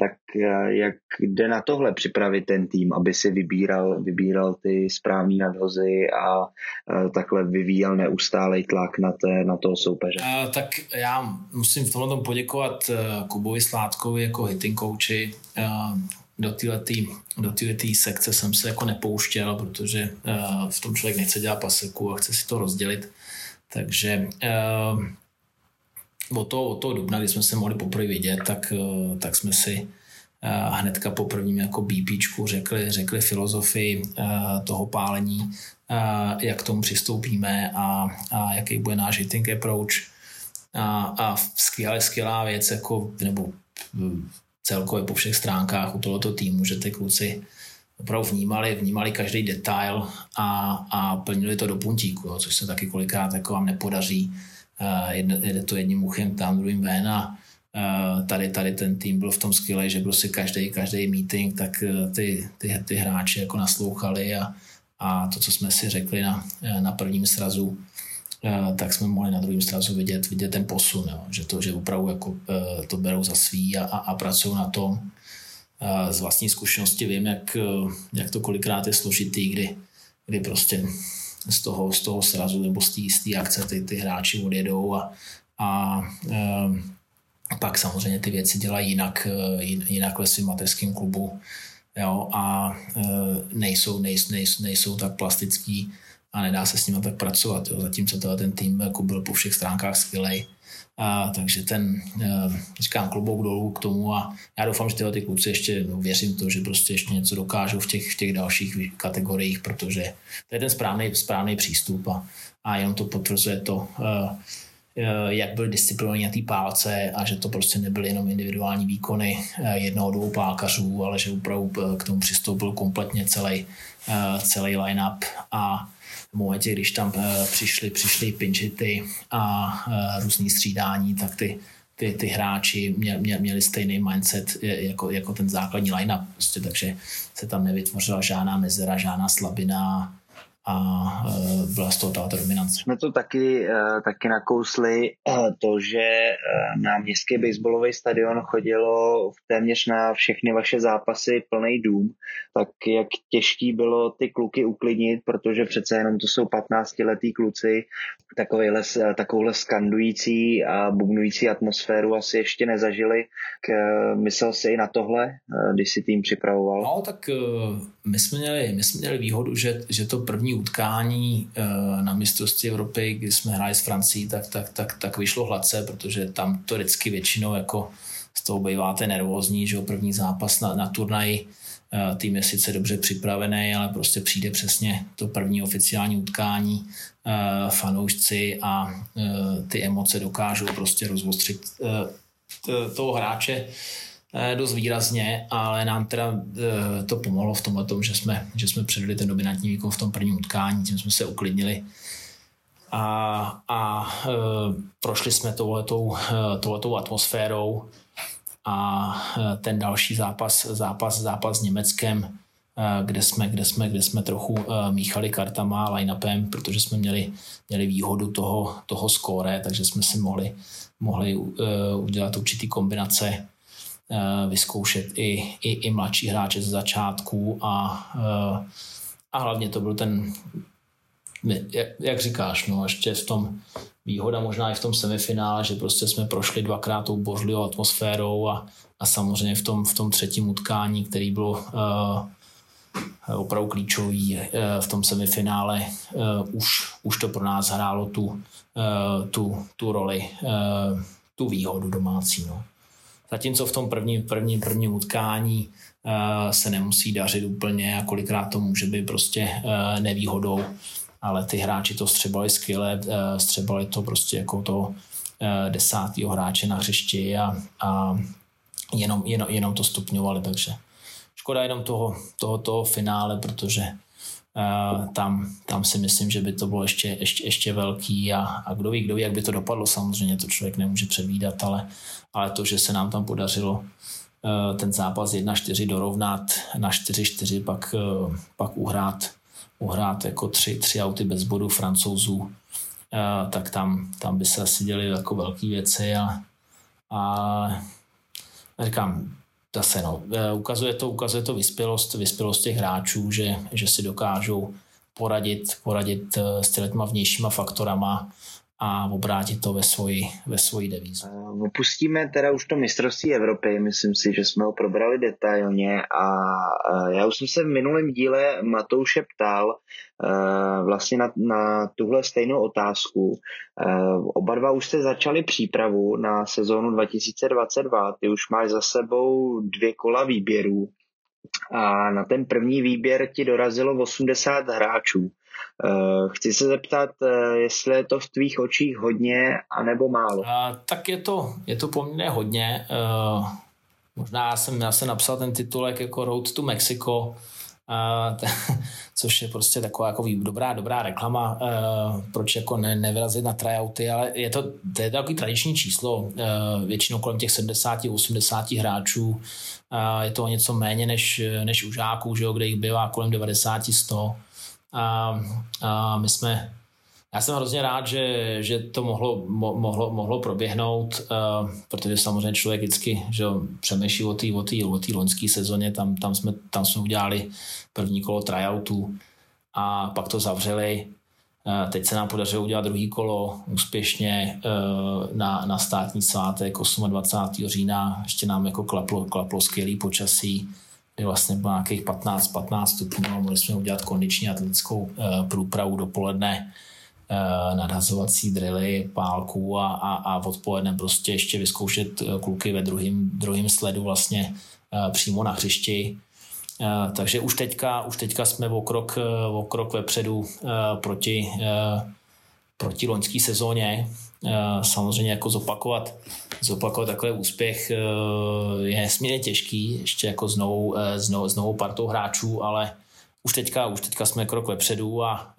jak, jak jde na tohle připravit ten tým, aby si vybíral, vybíral ty správný nadhozy a takhle vyvíjel neustálej tlak na, té, na toho soupeře. Uh, tak já musím v tomhle tomu poděkovat uh, Kubovi Sládkovi jako hitting coachi. Uh, do téhletý, do téhletý sekce jsem se jako nepouštěl, protože uh, v tom člověk nechce dělat paseku a chce si to rozdělit. Takže uh, od toho, od toho dubna, kdy jsme se mohli poprvé vidět, tak, uh, tak jsme si uh, hnedka po prvním jako BPčku řekli, řekli filozofii uh, toho pálení, uh, jak k tomu přistoupíme a, a jaký bude náš hitting approach. A, a skvělá, skvělá věc, jako, nebo celkově po všech stránkách u tohoto týmu, že ty kluci opravdu vnímali, vnímali každý detail a, a plnili to do puntíku, jo, což se taky kolikrát jako vám nepodaří. Uh, jede to jedním uchem tam, druhým ven a uh, tady, tady ten tým byl v tom skvělej, že prostě každý, každý meeting, tak uh, ty, ty, ty hráči jako naslouchali a, a to, co jsme si řekli na, na prvním srazu, uh, tak jsme mohli na druhém srazu vidět, vidět ten posun, jo, že to, že opravdu jako, uh, to berou za svý a, a, a pracují na tom. Uh, z vlastní zkušenosti vím, jak, uh, jak to kolikrát je složitý, kdy, kdy prostě z toho, z toho srazu nebo z té akce ty, ty hráči odjedou a, a e, pak samozřejmě ty věci dělají jinak, jinak ve svým mateřském klubu, jo, a e, nejsou, nejsou, nejsou, nejsou tak plastický a nedá se s nimi tak pracovat, jo, zatímco ten tým jako byl po všech stránkách skvělej. A, takže ten, říkám, klobouk dolů k tomu a já doufám, že tyhle ty kluci ještě, no, věřím to, že prostě ještě něco dokážou v těch, v těch dalších kategoriích, protože to je ten správný, správný přístup a, a jenom to potvrzuje to, jak byli disciplinovaní na té pálce a že to prostě nebyly jenom individuální výkony jednoho, dvou pálkařů, ale že opravdu k tomu přistoupil kompletně celý, celý line-up a v momentě, když tam uh, přišli, přišli pinchity a uh, různý střídání, tak ty, ty, ty hráči mě, mě, měli stejný mindset jako, jako ten základní line-up. Prostě, takže se tam nevytvořila žádná mezera, žádná slabina a uh, byla z toho ta dominance. Jsme to taky, uh, taky nakousli uh, to, že uh, na městský baseballový stadion chodilo téměř na všechny vaše zápasy plný dům, tak jak těžký bylo ty kluky uklidnit, protože přece jenom to jsou patnáctiletí kluci, takovejhle, takovouhle skandující a bubnující atmosféru asi ještě nezažili. K, myslel jsi i na tohle, když si tým připravoval? No, tak my jsme měli, my jsme měli výhodu, že, že to první utkání na mistrovství Evropy, kdy jsme hráli s Francií, tak, tak, tak, tak vyšlo hladce, protože tam to vždycky většinou jako z toho býváte nervózní, že první zápas na, na turnaji, tým je sice dobře připravený, ale prostě přijde přesně to první oficiální utkání, fanoušci a ty emoce dokážou prostě rozostřit toho hráče dost výrazně, ale nám teda to pomohlo v tomhle, že jsme, že jsme předvedli ten dominantní výkon v tom prvním utkání, tím jsme se uklidnili a, a prošli jsme touhletou, touhletou atmosférou a ten další zápas, zápas, zápas s Německem, kde jsme, kde jsme, kde jsme trochu míchali kartama a line-upem, protože jsme měli, měli výhodu toho, toho skóre, takže jsme si mohli, mohli udělat určitý kombinace, vyzkoušet i, i, i mladší hráče ze začátku a, a hlavně to byl ten, jak, jak říkáš, no ještě v tom výhoda možná i v tom semifinále, že prostě jsme prošli dvakrát tou bořlivou atmosférou a, a samozřejmě v tom, v tom třetím utkání, který bylo uh, opravdu klíčový uh, v tom semifinále, uh, už, už to pro nás hrálo tu, uh, tu, tu roli, uh, tu výhodu domácí. No. Zatímco v tom prvním, prvním, prvním utkání uh, se nemusí dařit úplně a kolikrát to může být prostě uh, nevýhodou, ale ty hráči to střebali skvěle, střebali to prostě jako to desátýho hráče na hřišti a, a jenom, jenom, jenom to stupňovali, takže škoda jenom toho, toho, toho finále, protože uh, tam, tam si myslím, že by to bylo ještě, ještě, ještě velký a, a kdo ví, kdo ví, jak by to dopadlo, samozřejmě to člověk nemůže předvídat, ale, ale to, že se nám tam podařilo uh, ten zápas jedna čtyři dorovnat na čtyři čtyři, pak, uh, pak uhrát uhrát jako tři, tři auty bez bodu Francouzů, tak tam, tam by se asi děly jako velké věci a, a říkám, zase no, ukazuje to, ukazuje to vyspělost, vyspělost těch hráčů, že, že si dokážou poradit, poradit s těma vnějšíma faktorama a obrátit to ve svoji, ve svoji devízu. Opustíme teda už to mistrovství Evropy, myslím si, že jsme ho probrali detailně a já už jsem se v minulém díle Matouše ptal vlastně na, na tuhle stejnou otázku. Oba dva už jste začali přípravu na sezónu dva tisíce dvacet dva, ty už máš za sebou dvě kola výběrů a na ten první výběr ti dorazilo osmdesát hráčů. Chci se zeptat, jestli je to v tvých očích hodně anebo málo. A, tak je to, je to poměrně hodně. Uh, možná jsem, já jsem napsal ten titulek jako Road to Mexico, uh, t- což je prostě taková jako dobrá, dobrá reklama, uh, proč jako ne, nevyrazit na tryouty, ale je to, to je takový tradiční číslo, uh, většinou kolem těch sedmdesát osmdesát hráčů, uh, je to o něco méně než, než u žáků, že jo, kde jich bývá kolem devadesát sto. A, a my jsme, já jsem hrozně rád, že, že to mohlo, mo, mohlo, mohlo proběhnout, uh, protože samozřejmě člověk vždycky že přemýšlí o té o té o té loňské sezóně, tam, tam, jsme, tam jsme udělali první kolo tryoutů a pak to zavřeli. Uh, teď se nám podařilo udělat druhý kolo úspěšně uh, na, na státní svátek dvacátého osmého října, ještě nám jako klaplo, klaplo skvělý počasí, kdy vlastně bylo nějakých patnáct patnáct stupňů a mohli jsme udělat kondiční atletickou uh, průpravu dopoledne, uh, nadhazovací drily, pálku a, a, a odpoledne prostě ještě vyzkoušet uh, kluky ve druhým, druhým sledu vlastně uh, přímo na hřišti. Uh, takže už teďka, už teďka jsme o krok, uh, o krok vepředu uh, proti, uh, proti loňské sezóně. Uh, samozřejmě jako zopakovat zopakovat takový úspěch je nesmírně těžký, ještě jako s novou, s novou, s novou partou hráčů, ale už teďka, už teďka jsme krok vepředu a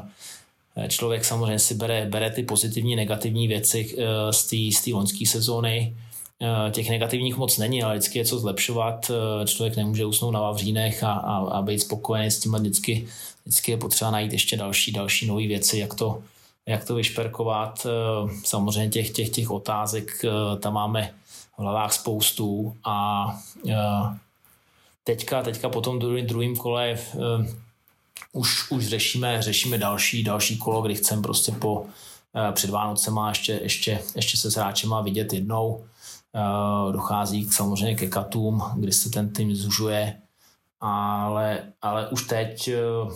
člověk samozřejmě si bere, bere ty pozitivní, negativní věci z té loňské sezóny. Těch negativních moc není, ale vždycky je co zlepšovat. Člověk nemůže usnout na vavřínech a, a, a být spokojený s tím. Vždycky, vždycky je potřeba najít ještě další, další nové věci, jak to jak to vyšperkovat. Samozřejmě těch, těch, těch otázek tam máme v hlavách spoustu a teďka, teďka po tom druhým, druhým kole už, už řešíme, řešíme další, další kolo, kdy chceme prostě po před Vánocema ještě, ještě, ještě se s hráčema vidět jednou. Dochází samozřejmě ke katům, kdy se ten tým zužuje, ale, ale už teď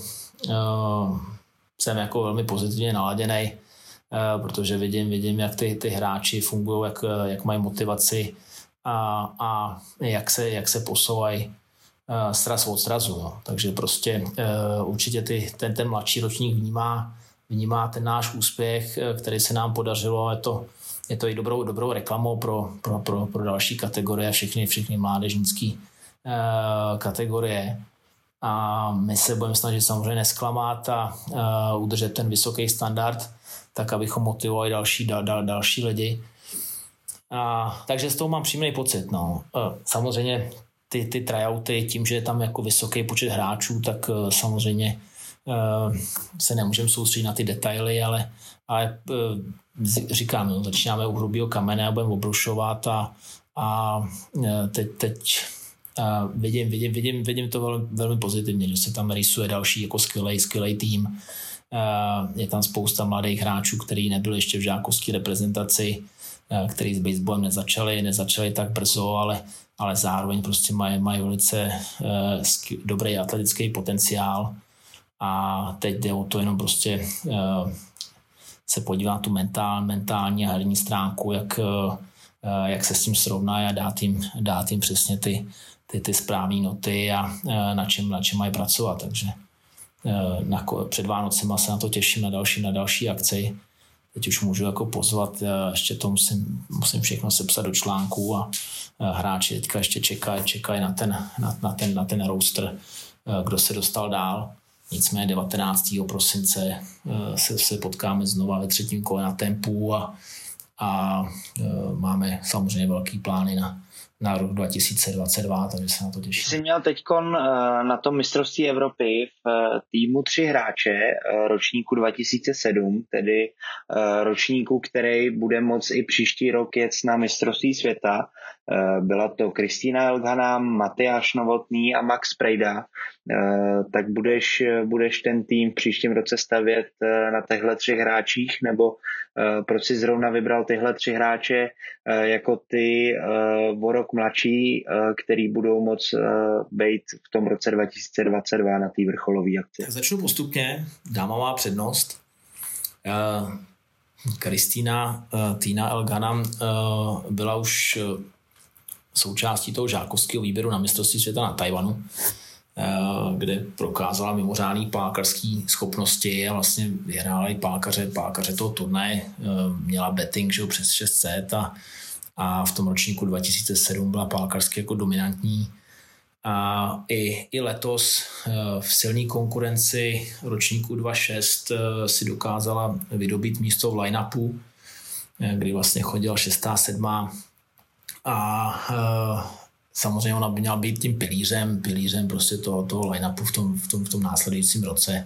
jsem jako velmi pozitivně naladěnej, protože vidím, vidím jak ty, ty hráči fungují, jak, jak mají motivaci a, a jak, se, jak se posouvají sraz od srazu. No. Takže prostě určitě ty, ten, ten mladší ročník vnímá, vnímá ten náš úspěch, který se nám podařilo. Je to, je to i dobrou, dobrou reklamou pro, pro, pro, pro další kategorie, všechny, všechny mládežnické kategorie. A my se budeme snažit samozřejmě nesklamat a uh, udržet ten vysoký standard, tak abychom motivovali další, dal, dal, další lidi. A, takže z toho mám příjemný pocit. No. Uh, samozřejmě ty, ty tryouty, tím, že je tam jako vysoký počet hráčů, tak uh, samozřejmě uh, se nemůžeme soustředit na ty detaily, ale, ale uh, říkám, no, začínáme u hrubého kamene a budeme obrušovat a, a uh, teď, teď Uh, vidím, vidím, vidím, vidím to velmi, velmi pozitivně, že se tam rýsuje další jako skvělej, skvělej tým. Uh, je tam spousta mladých hráčů, kteří nebyli ještě v žákovské reprezentaci, uh, kteří s baseballem nezačali, nezačali tak brzo, ale, ale zároveň prostě mají, mají velice uh, skv- dobrý atletický potenciál a teď jde o to jenom prostě uh, se podívat na tu mentál, mentální a herní stránku, jak, uh, jak se s tím srovná a dát jim, dát jim přesně ty ty, ty správné noty a na čem, na čem mají pracovat. Takže na, před Vánocema se na to těším, na další, na další akci. Teď už můžu jako pozvat, ještě to musím, musím všechno sepsat do článků a hráči teďka ještě čekají, čekají na ten, na, na ten, na ten roster, kdo se dostal dál. Nicméně devatenáctého prosince se, se potkáme znova ve třetím kole na tempu a, a máme samozřejmě velký plány na na rok dva tisíce dvacet dva, takže se na to těším. Jsi měl teďkon na tom mistrovství Evropy v týmu tři hráče ročníku dva tisíce sedm, tedy ročníku, který bude moct i příští rok jet na mistrovství světa. Byla to Kristýna Elghana, Matyáš Novotný a Max Prejda. Tak budeš, budeš ten tým v příštím roce stavět na těchto třech hráčích, nebo proč jsi zrovna vybral tyhle tři hráče jako ty o rok mladší, který budou moc být v tom roce dva tisíce dvacet dva na té vrcholové akci? Tak začnu postupně. Dáma má přednost. Kristýna Týna Elghana byla už součástí toho žákovského výběru na mistrovství světa na Tajvanu, kde prokázala mimořádný pákařský schopnosti a vlastně vyhrála i pákaře, pákaře toho turnaje. Měla betting, že jo, přes šest set a, a v tom ročníku dva tisíce sedm byla pákařsky jako dominantní. A i, i letos v silné konkurenci ročníku dva tisíce šest si dokázala vydobít místo v line-upu, kdy vlastně chodila šestá, sedmá a samozřejmě ona by měla být tím pilířem, pilířem prostě toho, toho line-upu v tom, v, tom, v tom následujícím roce.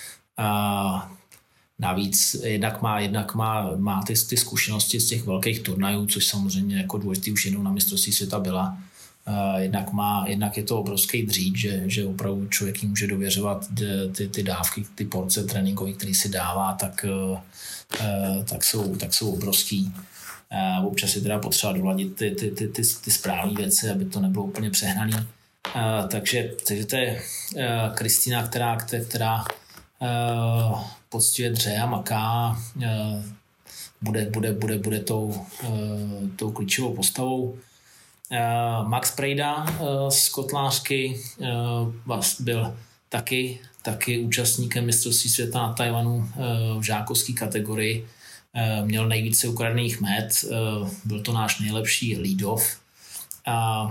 A navíc jednak má, jednak má, má ty, ty zkušenosti z těch velkých turnajů, což samozřejmě jako důležitý už jednou na mistrovství světa byla. Uh, jednak, má, jednak je to obrovský dřík, že, že opravdu člověk jim může dověřovat ty, ty dávky, ty porce tréninkové, které si dává, tak, uh, tak, jsou, tak jsou obrovský. Uh, občas je teda potřeba doladit ty, ty, ty, ty, ty správné věci, aby to nebylo úplně přehnaný. Uh, takže, takže to je uh, Kristýna, která, která uh, poctivě dře a maká, uh, bude, bude, bude, bude tou, uh, tou klíčovou postavou. Uh, Max Prejda uh, z kotlářky uh, byl taky, taky účastníkem mistrovství světa na Tajvanu uh, v žákovské kategorii. Uh, měl nejvíce ukradených met, uh, byl to náš nejlepší lead-off. Uh,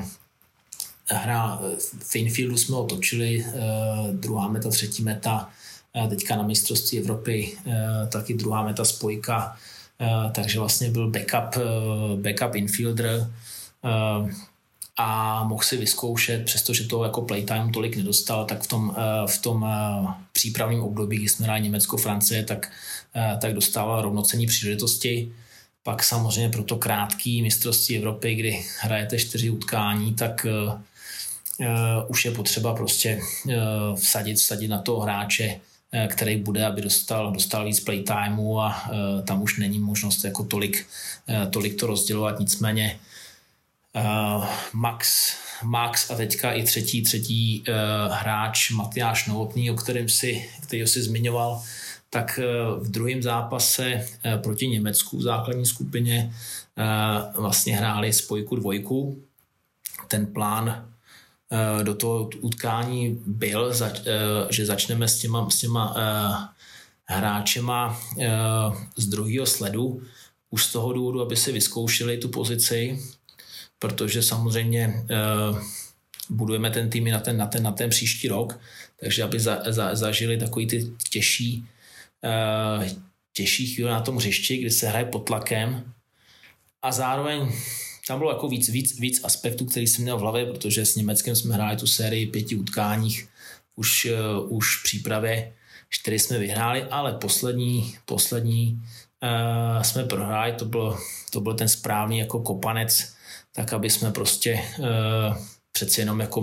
hra v infieldu jsme ho točili, uh, druhá meta, třetí meta, uh, teďka na mistrovství Evropy uh, taky druhá meta spojka, uh, takže vlastně byl backup, uh, backup infielder. Uh, a mohl si vyzkoušet, přestože to jako playtime tolik nedostal, tak v tom, uh, v tom uh, přípravném období, kdy jsme hráli Německo-Francie, tak, uh, tak dostával rovnocenní příležitosti. Pak samozřejmě pro to krátký mistrovství Evropy, kdy hrajete čtyři utkání, tak uh, uh, už je potřeba prostě uh, vsadit, vsadit na toho hráče, uh, který bude, aby dostal, dostal víc playtimeu a uh, tam už není možnost jako tolik, uh, tolik to rozdělovat, nicméně Uh, Max, Max a teďka i třetí, třetí uh, hráč Matyáš Novotný, o kterém si, kterýho si zmiňoval, tak uh, v druhém zápase uh, proti Německu v základní skupině uh, vlastně hráli spojku dvojku. Ten plán uh, do toho utkání byl, za, uh, že začneme s těma, s těma uh, hráčema uh, z druhého sledu, už z toho důvodu, aby si vyzkoušeli tu pozici, protože samozřejmě uh, budujeme ten tým na ten, na, ten, na ten příští rok, takže aby za, za, zažili takový ty těžší, uh, těžší chvíle na tom hřišti, kdy se hraje pod tlakem a zároveň tam bylo jako víc, víc, víc aspektů, který jsem měl v hlavě, protože s Německem jsme hráli tu sérii pěti utkáních, už, uh, už v přípravě čtyři jsme vyhráli, ale poslední, poslední uh, jsme prohráli, to byl, to byl ten správný jako kopanec, tak aby jsme prostě uh, přeci jenom jako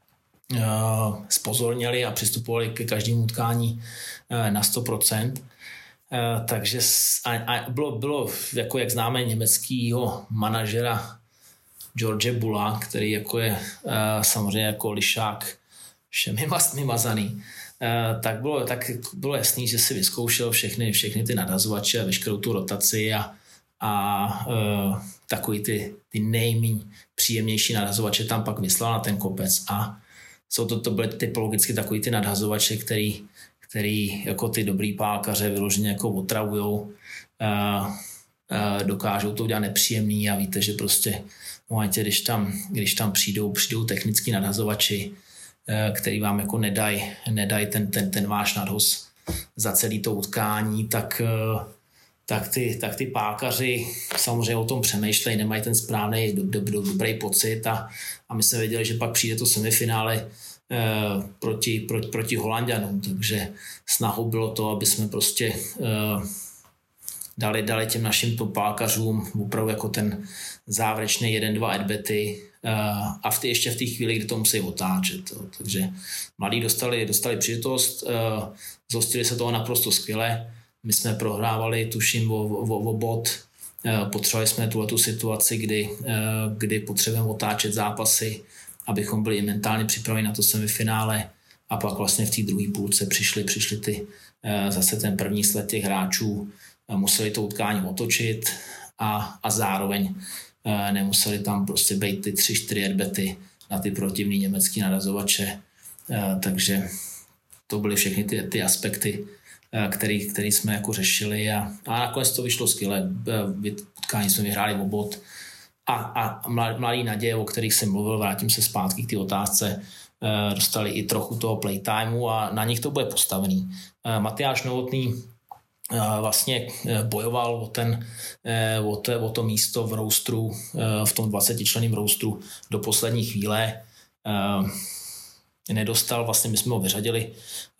uh, spozorněli a přistupovali ke každému utkání uh, na sto procent. Uh, takže a, a bylo, bylo, jako jak známe německýho manažera George Bulla, který jako je uh, samozřejmě jako lišák všemi mastmi mazaný, uh, tak, bylo, tak bylo jasný, že si vyzkoušel všechny, všechny ty nadhazovače a veškerou tu rotaci a a uh, takový ty, ty nejméně příjemnější nadhazovače tam pak vyslal na ten kopec a jsou to, to byly typologicky takový ty nadhazovače, který, který jako ty dobrý pálkaře vyloženě jako otravujou, uh, uh, dokážou to udělat nepříjemný a víte, že prostě v momentě, když tam, když tam přijdou, přijdou technický nadhazovači, uh, který vám jako nedají nedaj ten, ten, ten váš nadhoz za celý to utkání, tak uh, tak ty, tak ty pákaři samozřejmě o tom přemýšlejí, nemají ten správný do, do, do, dobrý pocit a, a my jsme věděli, že pak přijde to semifinále eh, proti, proti, proti Holanďanům, takže snahou bylo to, aby jsme prostě eh, dali, dali těm našim topákařům opravdu jako ten závěrečný jeden, dva adbety uh, a v ty, ještě v té chvíli, kdy to musí otáčet. Jo. Takže mladí dostali, dostali příležitost, uh, zhostili se toho naprosto skvěle. My jsme prohrávali, tuším, o, o, o bod. Uh, potřebovali jsme tuhletu situaci, kdy, uh, kdy potřebujeme otáčet zápasy, abychom byli mentálně připraveni na to semifinále a pak vlastně v té druhé půlce přišli, přišli ty, uh, zase ten první sled těch hráčů, museli to utkání otočit a, a zároveň e, nemuseli tam prostě být ty tři, čtyři adbety na ty protivný německý narazovače. E, takže to byly všechny ty, ty aspekty, e, který, který jsme jako řešili a, a nakonec to vyšlo skvěle. E, utkání jsme vyhráli o bod a, a mladý naděje, o kterých jsem mluvil, vrátím se zpátky k té otázce, e, dostali i trochu toho playtimeu a na nich to bude postavený. E, Matyáš Novotný vlastně bojoval o, ten, o, to, o to místo v roustru, v tom dvacetičlenném roustru do poslední chvíle. Nedostal, vlastně my jsme ho vyřadili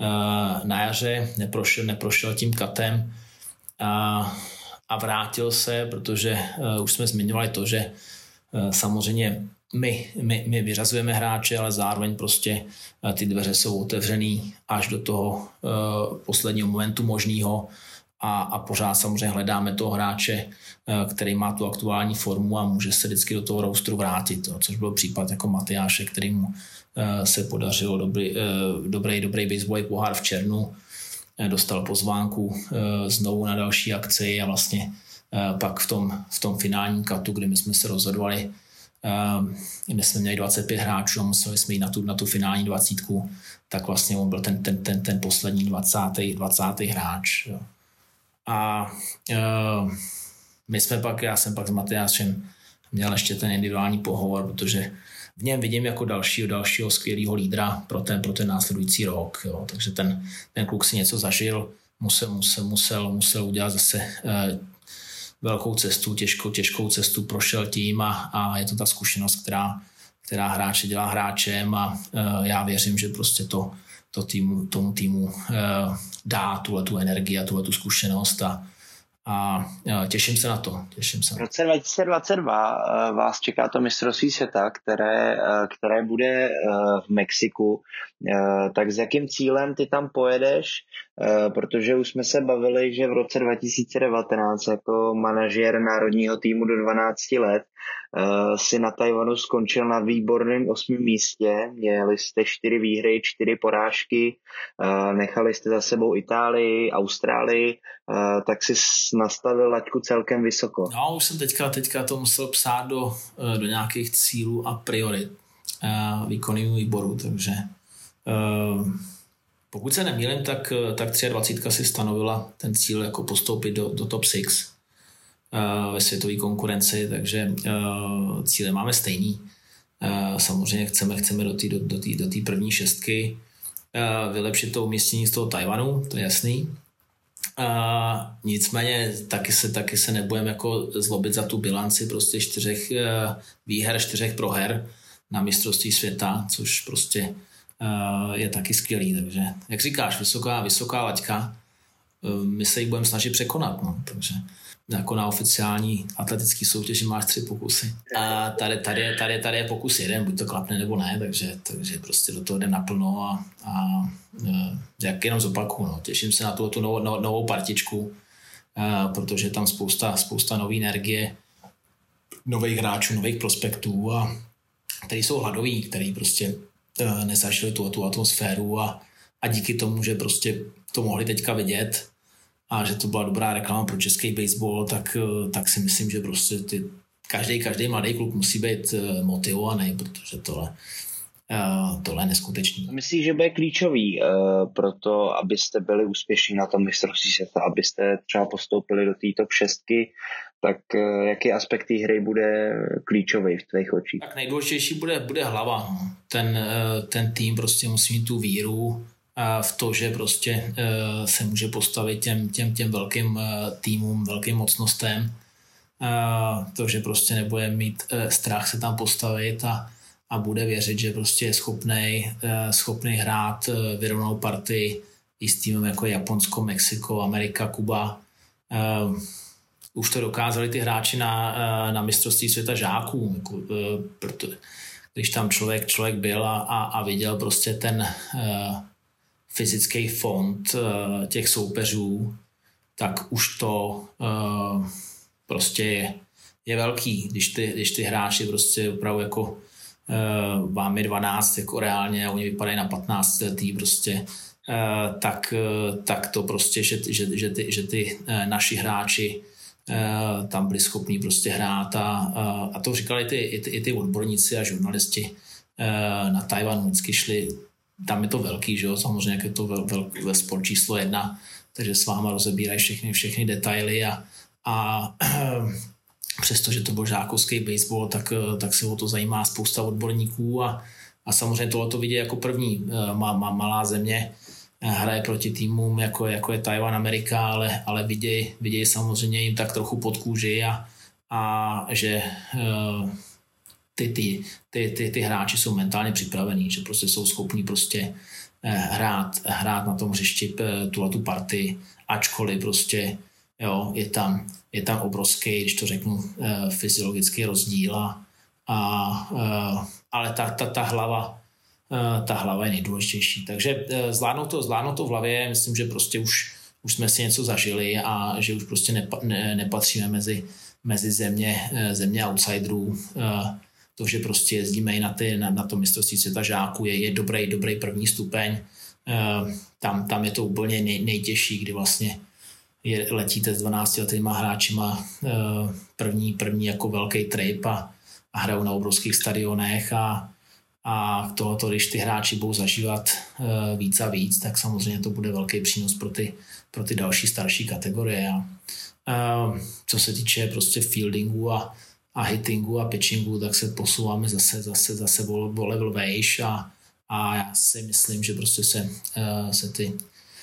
na jaře, neprošel, neprošel tím katem a, a vrátil se, protože už jsme zmiňovali to, že samozřejmě my, my, my vyřazujeme hráče, ale zároveň prostě ty dveře jsou otevřený až do toho posledního momentu možného. A, a pořád samozřejmě hledáme toho hráče, který má tu aktuální formu a může se vždycky do toho roustru vrátit, jo, což byl případ jako Matyáše, kterýmu se podařilo dobrý, dobrý, dobrý baseballový pohár v červnu, dostal pozvánku znovu na další akci a vlastně pak v tom, v tom finálním katu, kdy my jsme se rozhodovali, kde jsme měli dvacet pět hráčů a museli jsme jít na tu, na tu finální dvacítku, tak vlastně on byl ten, ten, ten, ten poslední dvacátý, dvacátý hráč. Jo. A uh, my jsme pak, já jsem pak s Matyášem měl ještě ten individuální pohovor, protože v něm vidím jako dalšího, dalšího skvělého lídra pro ten, pro ten následující rok. Jo. Takže ten, ten kluk si něco zažil, musel, musel, musel, musel udělat zase uh, velkou cestu, těžkou, těžkou cestu, prošel tím a, a je to ta zkušenost, která, která hráče dělá hráčem a uh, já věřím, že prostě to To týmu, tomu týmu uh, dá tuhletu energii a tuhletu zkušenost a, a uh, těším se na to. Těším se. V roce dva tisíce dvacet dva uh, vás čeká to mistrovství světa, které, uh, které bude uh, v Mexiku. Uh, tak s jakým cílem ty tam pojedeš? Uh, protože už jsme se bavili, že v roce dva tisíce devatenáct jako manažer národního týmu do dvanácti let Uh, si na Tajvanu skončil na výborném osmém místě, měli jste čtyři výhry, čtyři porážky, uh, nechali jste za sebou Itálii, Austrálii, uh, tak si nastavil laťku celkem vysoko. No, už jsem teďka, teďka to musel psát do, do nějakých cílů a priorit uh, výkonného výboru, takže uh, pokud se nemýlím, tak, tak dvacet tři si stanovila ten cíl jako postoupit do, do top šest ve světové konkurenci, takže uh, cíle máme stejný. Uh, samozřejmě chceme, chceme do té do, do do první šestky uh, vylepšit to umístění z toho Tajvanu, to je jasný. Uh, nicméně taky se, taky se nebudeme jako zlobit za tu bilanci prostě čtyřech uh, výher, čtyřech proher na mistrovství světa, což prostě uh, je taky skvělý. Takže, jak říkáš, vysoká, vysoká laťka, uh, my se ji budeme snažit překonat. No, takže jako na oficiální atletický soutěži máš tři pokusy. A tady, tady, tady, tady je pokus jeden, buď to klapne nebo ne, takže, takže prostě do toho jdem naplno a, a jak jenom zopakuju, no, těším se na tu, tu novou, novou partičku, a, protože je tam spousta, spousta nové energie, nových hráčů, nových prospektů, a, který jsou hladoví, který prostě a, nezažili tu, tu atmosféru a, a díky tomu, že prostě to mohli teďka vidět, a že to byla dobrá reklama pro český baseball, tak, tak si myslím, že prostě ty, každý, každý mladý kluk musí být motivovaný, protože tohle, tohle je neskutečný. Myslíš, že bude klíčový uh, pro to, abyste byli úspěšní na tom mistrovství světa, abyste třeba postoupili do té top šestky, tak uh, jaký aspekt té hry bude klíčový v tvých očích? Tak nejdůležitější bude, bude hlava. Ten, ten tým prostě musí mít tu víru v to, že prostě se může postavit těm, těm, těm velkým týmům, velkým mocnostem, to, že prostě nebude mít strach se tam postavit a, a bude věřit, že prostě je schopnej, schopnej hrát vyrovnanou partii i s týmem jako Japonsko, Mexiko, Amerika, Kuba. Už to dokázali ty hráči na, na mistrovství světa žáků, jako, proto, když tam člověk, člověk byl a, a, a viděl prostě ten uh, fyzický fond uh, těch soupeřů, tak už to uh, prostě je, je velký, když ty, když ty hráči prostě opravdu jako uh, vám je dvanáct jako reálně a oni vypadají na patnáct letý prostě, uh, tak, uh, tak to prostě, že, že, že ty, že ty uh, naši hráči Uh, tam byli schopní prostě hrát a, uh, a to říkali ty, i, ty, i ty odborníci a žurnalisti uh, na Tajvanu vždycky šli, tam je to velký, že jo, samozřejmě jak je to vel, vel, ve sport číslo jedna, takže s váma rozebírají všechny, všechny detaily a, a uh, přestože to byl žákovský baseball, tak, uh, tak se o to zajímá spousta odborníků a, a samozřejmě tohle to vidí jako první uh, má, má malá země, hraje proti týmům, jako, jako je Tajvan, Amerika, ale, ale vidějí viděj samozřejmě jim tak trochu pod kůži a, a že uh, ty, ty, ty, ty, ty hráči jsou mentálně připravení, že prostě jsou schopní prostě uh, hrát, hrát na tom hřišti uh, tuhletu partii, ačkoliv prostě jo, je, tam, je tam obrovský, když to řeknu, uh, fyziologický rozdíl a, a uh, ale ta, ta, ta hlava ta hlava je nejdůležitější. Takže zvládnout to, zvládnout to v hlavě, myslím, že prostě už, už jsme si něco zažili a že už prostě nepa, ne, nepatříme mezi, mezi země, země outsiderů. To, že prostě jezdíme i na, ty, na, na to mistrovství světa žáků, je, je dobrý, dobrý první stupeň. Tam, tam je to úplně nej, nejtěžší, kdy vlastně je, letíte s dvanáctiletýma hráčima první, první jako velký trip a, a hrajou na obrovských stadionech a A tohoto, když ty hráči budou zažívat uh, víc a víc, tak samozřejmě to bude velký přínos pro ty, pro ty další starší kategorie. A, uh, co se týče prostě fieldingu a, a hittingu a pitchingu, tak se posouváme zase, zase, zase o, o level vejš a, a já si myslím, že prostě se, uh, se ty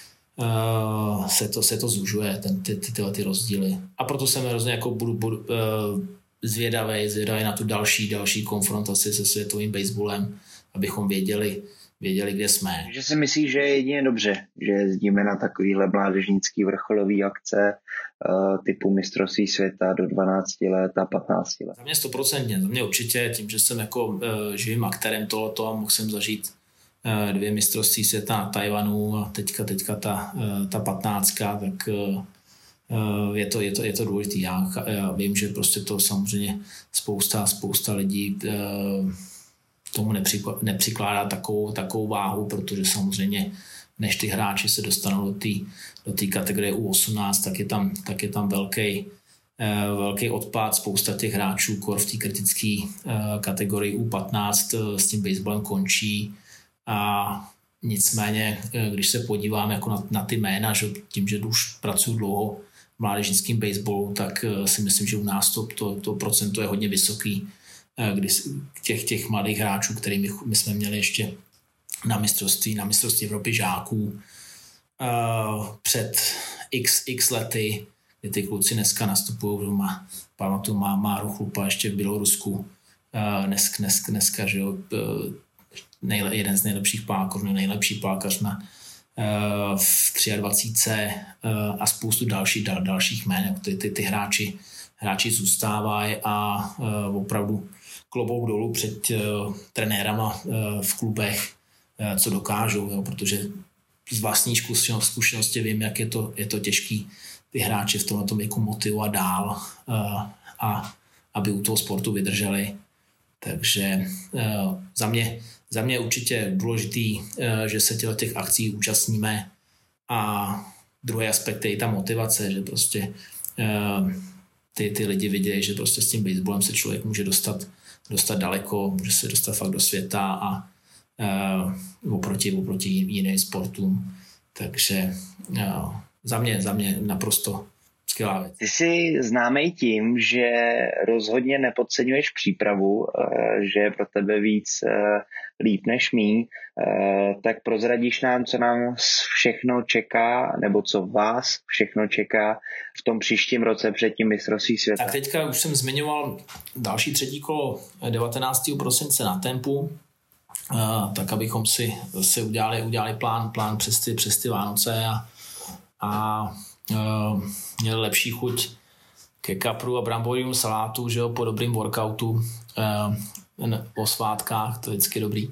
uh, se, to, se to zužuje, ten, ty, ty, tyhle ty rozdíly. A proto jsem hrozně jako budu, budu uh, zvědavej, zvědavej na tu další, další konfrontaci se světovým baseballem, abychom věděli, věděli, kde jsme. Takže si myslíš, že je jedině dobře, že jezdíme na takovýhle mládežnický vrcholový akce uh, typu mistrovství světa do dvanácti let a patnácti let? Za mě stoprocentně, za mě určitě, tím, že jsem jako uh, živým aktérem tohoto a mohl jsem zažít uh, dvě mistrovství světa na Tajvanu a teďka, teďka ta, uh, ta patnáctka, tak uh, je to, je to, je to důležitý. Já, já vím, že prostě to samozřejmě spousta, spousta lidí tomu nepřikládá, nepřikládá takovou, takovou váhu, protože samozřejmě než ty hráči se dostanou do té do té kategorie U osmnáct, tak je tam, tak je tam velký, velký odpad. Spousta těch hráčů kor v té kritické kategorii U patnáct s tím baseballem končí a nicméně, když se podívám jako na, na ty jména, že tím, že už pracuji dlouho v mládežnickém baseballu, tak si myslím, že u nás to, to, to procento je hodně vysoký. Kdy těch, těch mladých hráčů, který my, my jsme měli ještě na mistrovství, na mistrovství Evropy žáků uh, před x, x lety, kdy ty kluci dneska nastupují, má, pamatuju, má Máru Chlupa ještě v Bělorusku, uh, dnes, dnes, dneska, že jo, uh, nejle, jeden z nejlepších pákařů, nejlepší pákař na, uh, v dvacet tři uh, a spoustu další, dal, dalších jmén. Ty, ty, ty hráči, hráči zůstávají a uh, opravdu klobouk dolů před uh, trenérama uh, v klubech, uh, co dokážou, jo, protože z vlastní zkušenosti vím, jak je to, je to těžký ty hráči v tomto věku motivovat dál uh, a aby u toho sportu vydrželi. Takže uh, za mě Za mě je určitě důležitý, že se těch akcí účastníme a druhý aspekt je i ta motivace, že prostě ty, ty lidi vidějí, že prostě s tím baseballem se člověk může dostat, dostat daleko, může se dostat fakt do světa a oproti, oproti jiným sportům. Takže za mě, za mě naprosto skvělá věc. Ty jsi známý tím, že rozhodně nepodceňuješ přípravu, že je pro tebe víc líp než míň, tak prozradíš nám, co nám všechno čeká, nebo co vás všechno čeká v tom příštím roce před tím mistrovství světa. Tak teďka už jsem zmiňoval další třetí kolo devatenáctého prosince na Tempu, tak abychom si zase udělali, udělali plán, plán přes ty, přes ty Vánoce a, a uh, měli lepší chuť ke kapru a bramborovým salátu, že jo, po dobrým workoutu uh, po svátkách, to je vždycky dobrý. Uh,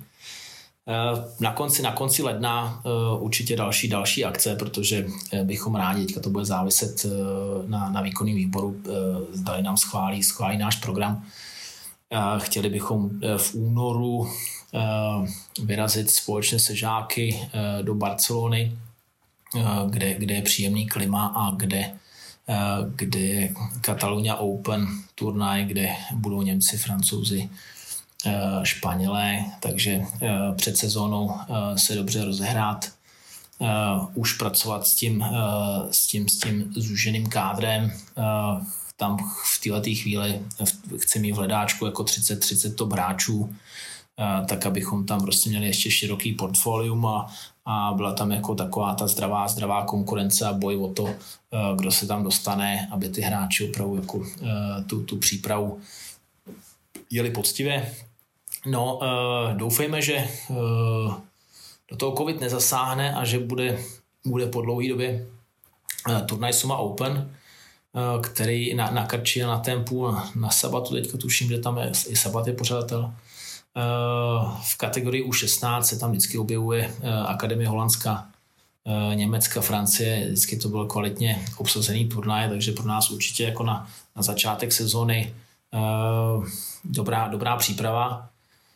na konci, na konci ledna uh, určitě další, další akce, protože uh, bychom rádi, teďka to bude záviset uh, na, na výkonném výboru, uh, zdali nám schválí, schválí náš program. Uh, chtěli bychom uh, v únoru uh, vyrazit společně se žáky uh, do Barcelony, uh, kde, kde je příjemný klima a kde kde je Catalunya Open turnaj, kde budou Němci, Francouzi, Španělé, takže před sezónou se dobře rozehrát, už pracovat s tím, s tím, s tím zúženým kádrem. Tam v této chvíli chci mít v hledáčku jako třicet třicet top hráčů, tak abychom tam prostě měli ještě široký portfolium a, a byla tam jako taková ta zdravá, zdravá konkurence a boj o to, kdo se tam dostane, aby ty hráči opravdu jako tu, tu přípravu jeli poctivě. No, doufejme, že do toho covid nezasáhne a že bude, bude po dlouhé době turnaj Suma Open, který na, na Krči a na Tempu, na, na Sabatu, teďka tuším, že tam je i Sabat je pořadatel. V kategorii U šestnáct se tam vždycky objevuje Akademie Holandska, Německa, Francie, vždycky to bylo kvalitně obsazený turnaj, takže pro nás určitě jako na, na začátek sezóny dobrá, dobrá příprava.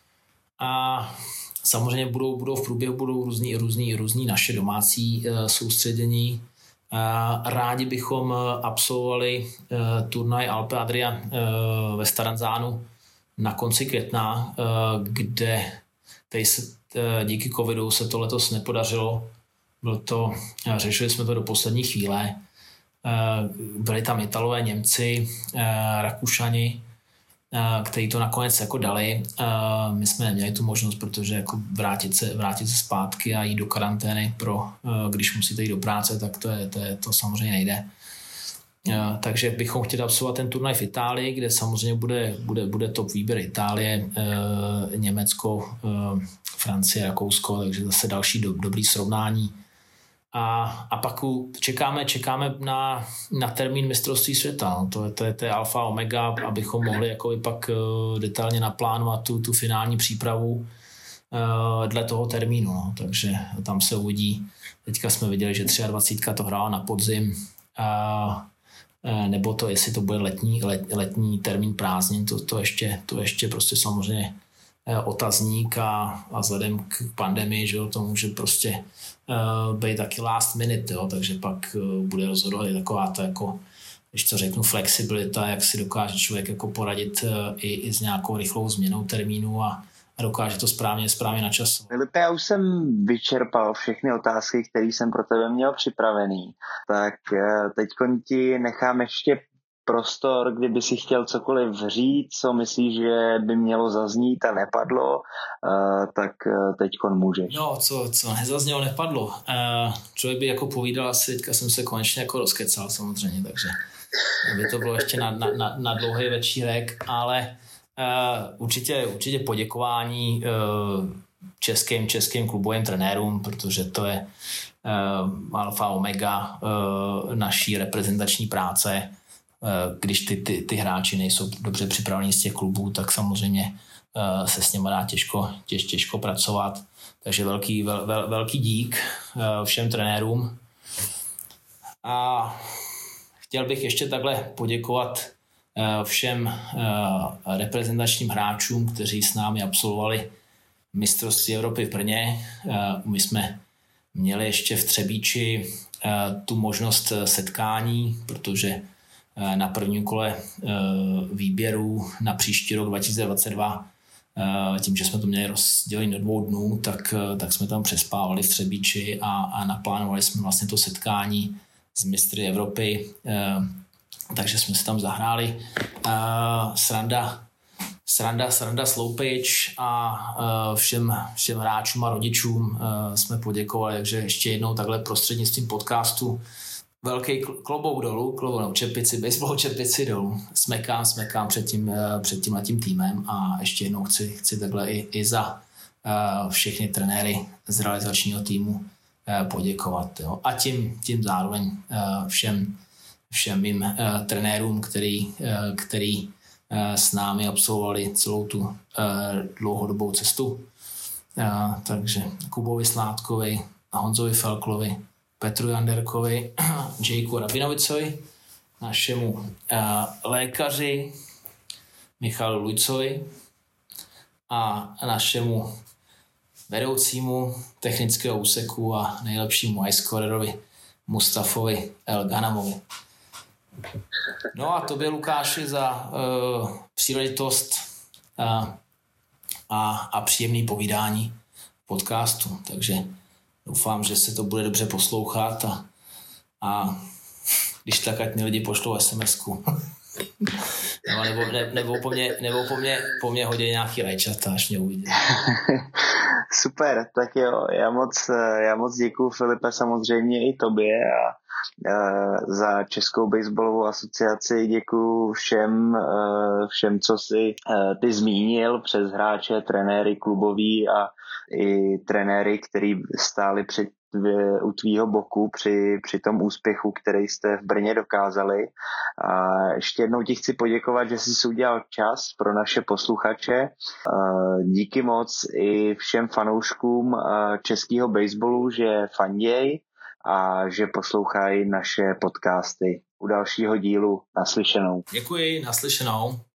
A samozřejmě budou, budou v průběhu budou různý, různý, různý naše domácí soustředění. Rádi bychom absolvovali turnaj Alpe Adria ve Staranzánu na konci května, kde se, díky covidu se to letos nepodařilo. Bylo to, řešili jsme to do poslední chvíle. Byli tam Italové, Němci, Rakušani, kteří to nakonec jako dali. My jsme neměli tu možnost, protože jako vrátit se, vrátit se zpátky a jít do karantény, pro, když musíte jít do práce, tak to, je, to, je, to samozřejmě nejde. Takže bychom chtěli absolvovat ten turnaj v Itálii, kde samozřejmě bude, bude, bude top výběr Itálie, Německo, Francie, Rakousko, takže zase další do, dobrý srovnání. A, a pak čekáme, čekáme na, na termín mistrovství světa. No, to, to, je, to je alfa omega, abychom mohli jako pak detailně naplánovat tu, tu finální přípravu dle toho termínu. No. Takže tam se uvidí. Teďka jsme viděli, že dvacet tři to hrála na podzim. A, nebo to, jestli to bude letní, let, letní termín prázdnin, to, to, ještě, to ještě prostě samozřejmě otazník a, a vzhledem k pandemii, že jo, to může prostě uh, být taky last minute, jo, takže pak uh, bude rozhodovat taková ta jako, když to řeknu, flexibilita, jak si dokáže člověk jako poradit uh, i, i s nějakou rychlou změnou termínu a, a dokáže to správně, správně načasovat. Filipe, já už jsem vyčerpal všechny otázky, které jsem pro tebe měl připravený, tak uh, teď ti nechám ještě prostor, kdyby si chtěl cokoliv říct, co myslíš, že by mělo zaznít a nepadlo, uh, tak uh, teďkon můžeš. No, co, co nezaznělo, nepadlo. Uh, člověk by jako povídal asi, teďka jsem se konečně jako rozkecal samozřejmě, takže by to bylo ještě na, na, na, na dlouhý večírek, ale uh, určitě, určitě poděkování uh, českým, českým klubovým trenérům, protože to je uh, alfa omega uh, naší reprezentační práce. Když ty, ty, ty hráči nejsou dobře připraveni z těch klubů, tak samozřejmě uh, se s nimi dá těžko, těž, těžko pracovat. Takže velký, vel, vel, velký dík uh, všem trenérům. A chtěl bych ještě takhle poděkovat uh, všem uh, reprezentačním hráčům, kteří s námi absolvovali mistrovství Evropy v Brně. Uh, my jsme měli ještě v Třebíči uh, tu možnost setkání, protože na prvním kole výběru na příští rok dva tisíce dvacet dva, tím, že jsme to měli rozdělení do dvou dnů, tak, tak jsme tam přespávali v Třebíči a, a naplánovali jsme vlastně to setkání z mistry Evropy, takže jsme se tam zahráli. Sranda, sranda, sranda Sloupič a všem, všem hráčům a rodičům jsme poděkovali, takže ještě jednou takhle prostřednictvím podcastu velký klobouk dolů, klobouk no, čepici, baseball čepici dolů, smekám, smekám před tím, před tím letím týmem a ještě jednou chci, chci takhle i, i za uh, všechny trenéry z realizačního týmu uh, poděkovat. Jo. A tím, tím zároveň uh, všem, všem mým uh, trenérům, který, uh, který uh, s námi absolvovali celou tu uh, dlouhodobou cestu. Uh, takže Kubovi Sládkovi, Honzovi Felklovi, Petru Janderkovi, Jakeu Rabinovicovi, našemu uh, lékaři Michalu Lujcovi a našemu vedoucímu technického úseku a nejlepšímu highscorerovi Mustafovi El Ganamovi. No a tobě, Lukáši, za uh, příležitost uh, a, a příjemný povídání podcastu. Takže doufám, že se to bude dobře poslouchat a, a když tak, ať mi lidi pošlou es em esku. No, nebo, ne, nebo, po mě, nebo po mě, po mě hodí nějaký rajčata, až mě uvidí. Super, tak jo, já moc, já moc děkuju, Filipe, samozřejmě i tobě a uh, za Českou baseballovou asociaci děkuju všem, uh, všem, co si uh, ty zmínil, přes hráče, trenéry kluboví a i trenéry, který stáli před u tvýho boku při, při tom úspěchu, který jste v Brně dokázali. A ještě jednou ti chci poděkovat, že jsi udělal čas pro naše posluchače. Díky moc i všem fanouškům českého baseballu, že fanděj a že poslouchají naše podcasty. U dalšího dílu naslyšenou. Děkuji, naslyšenou.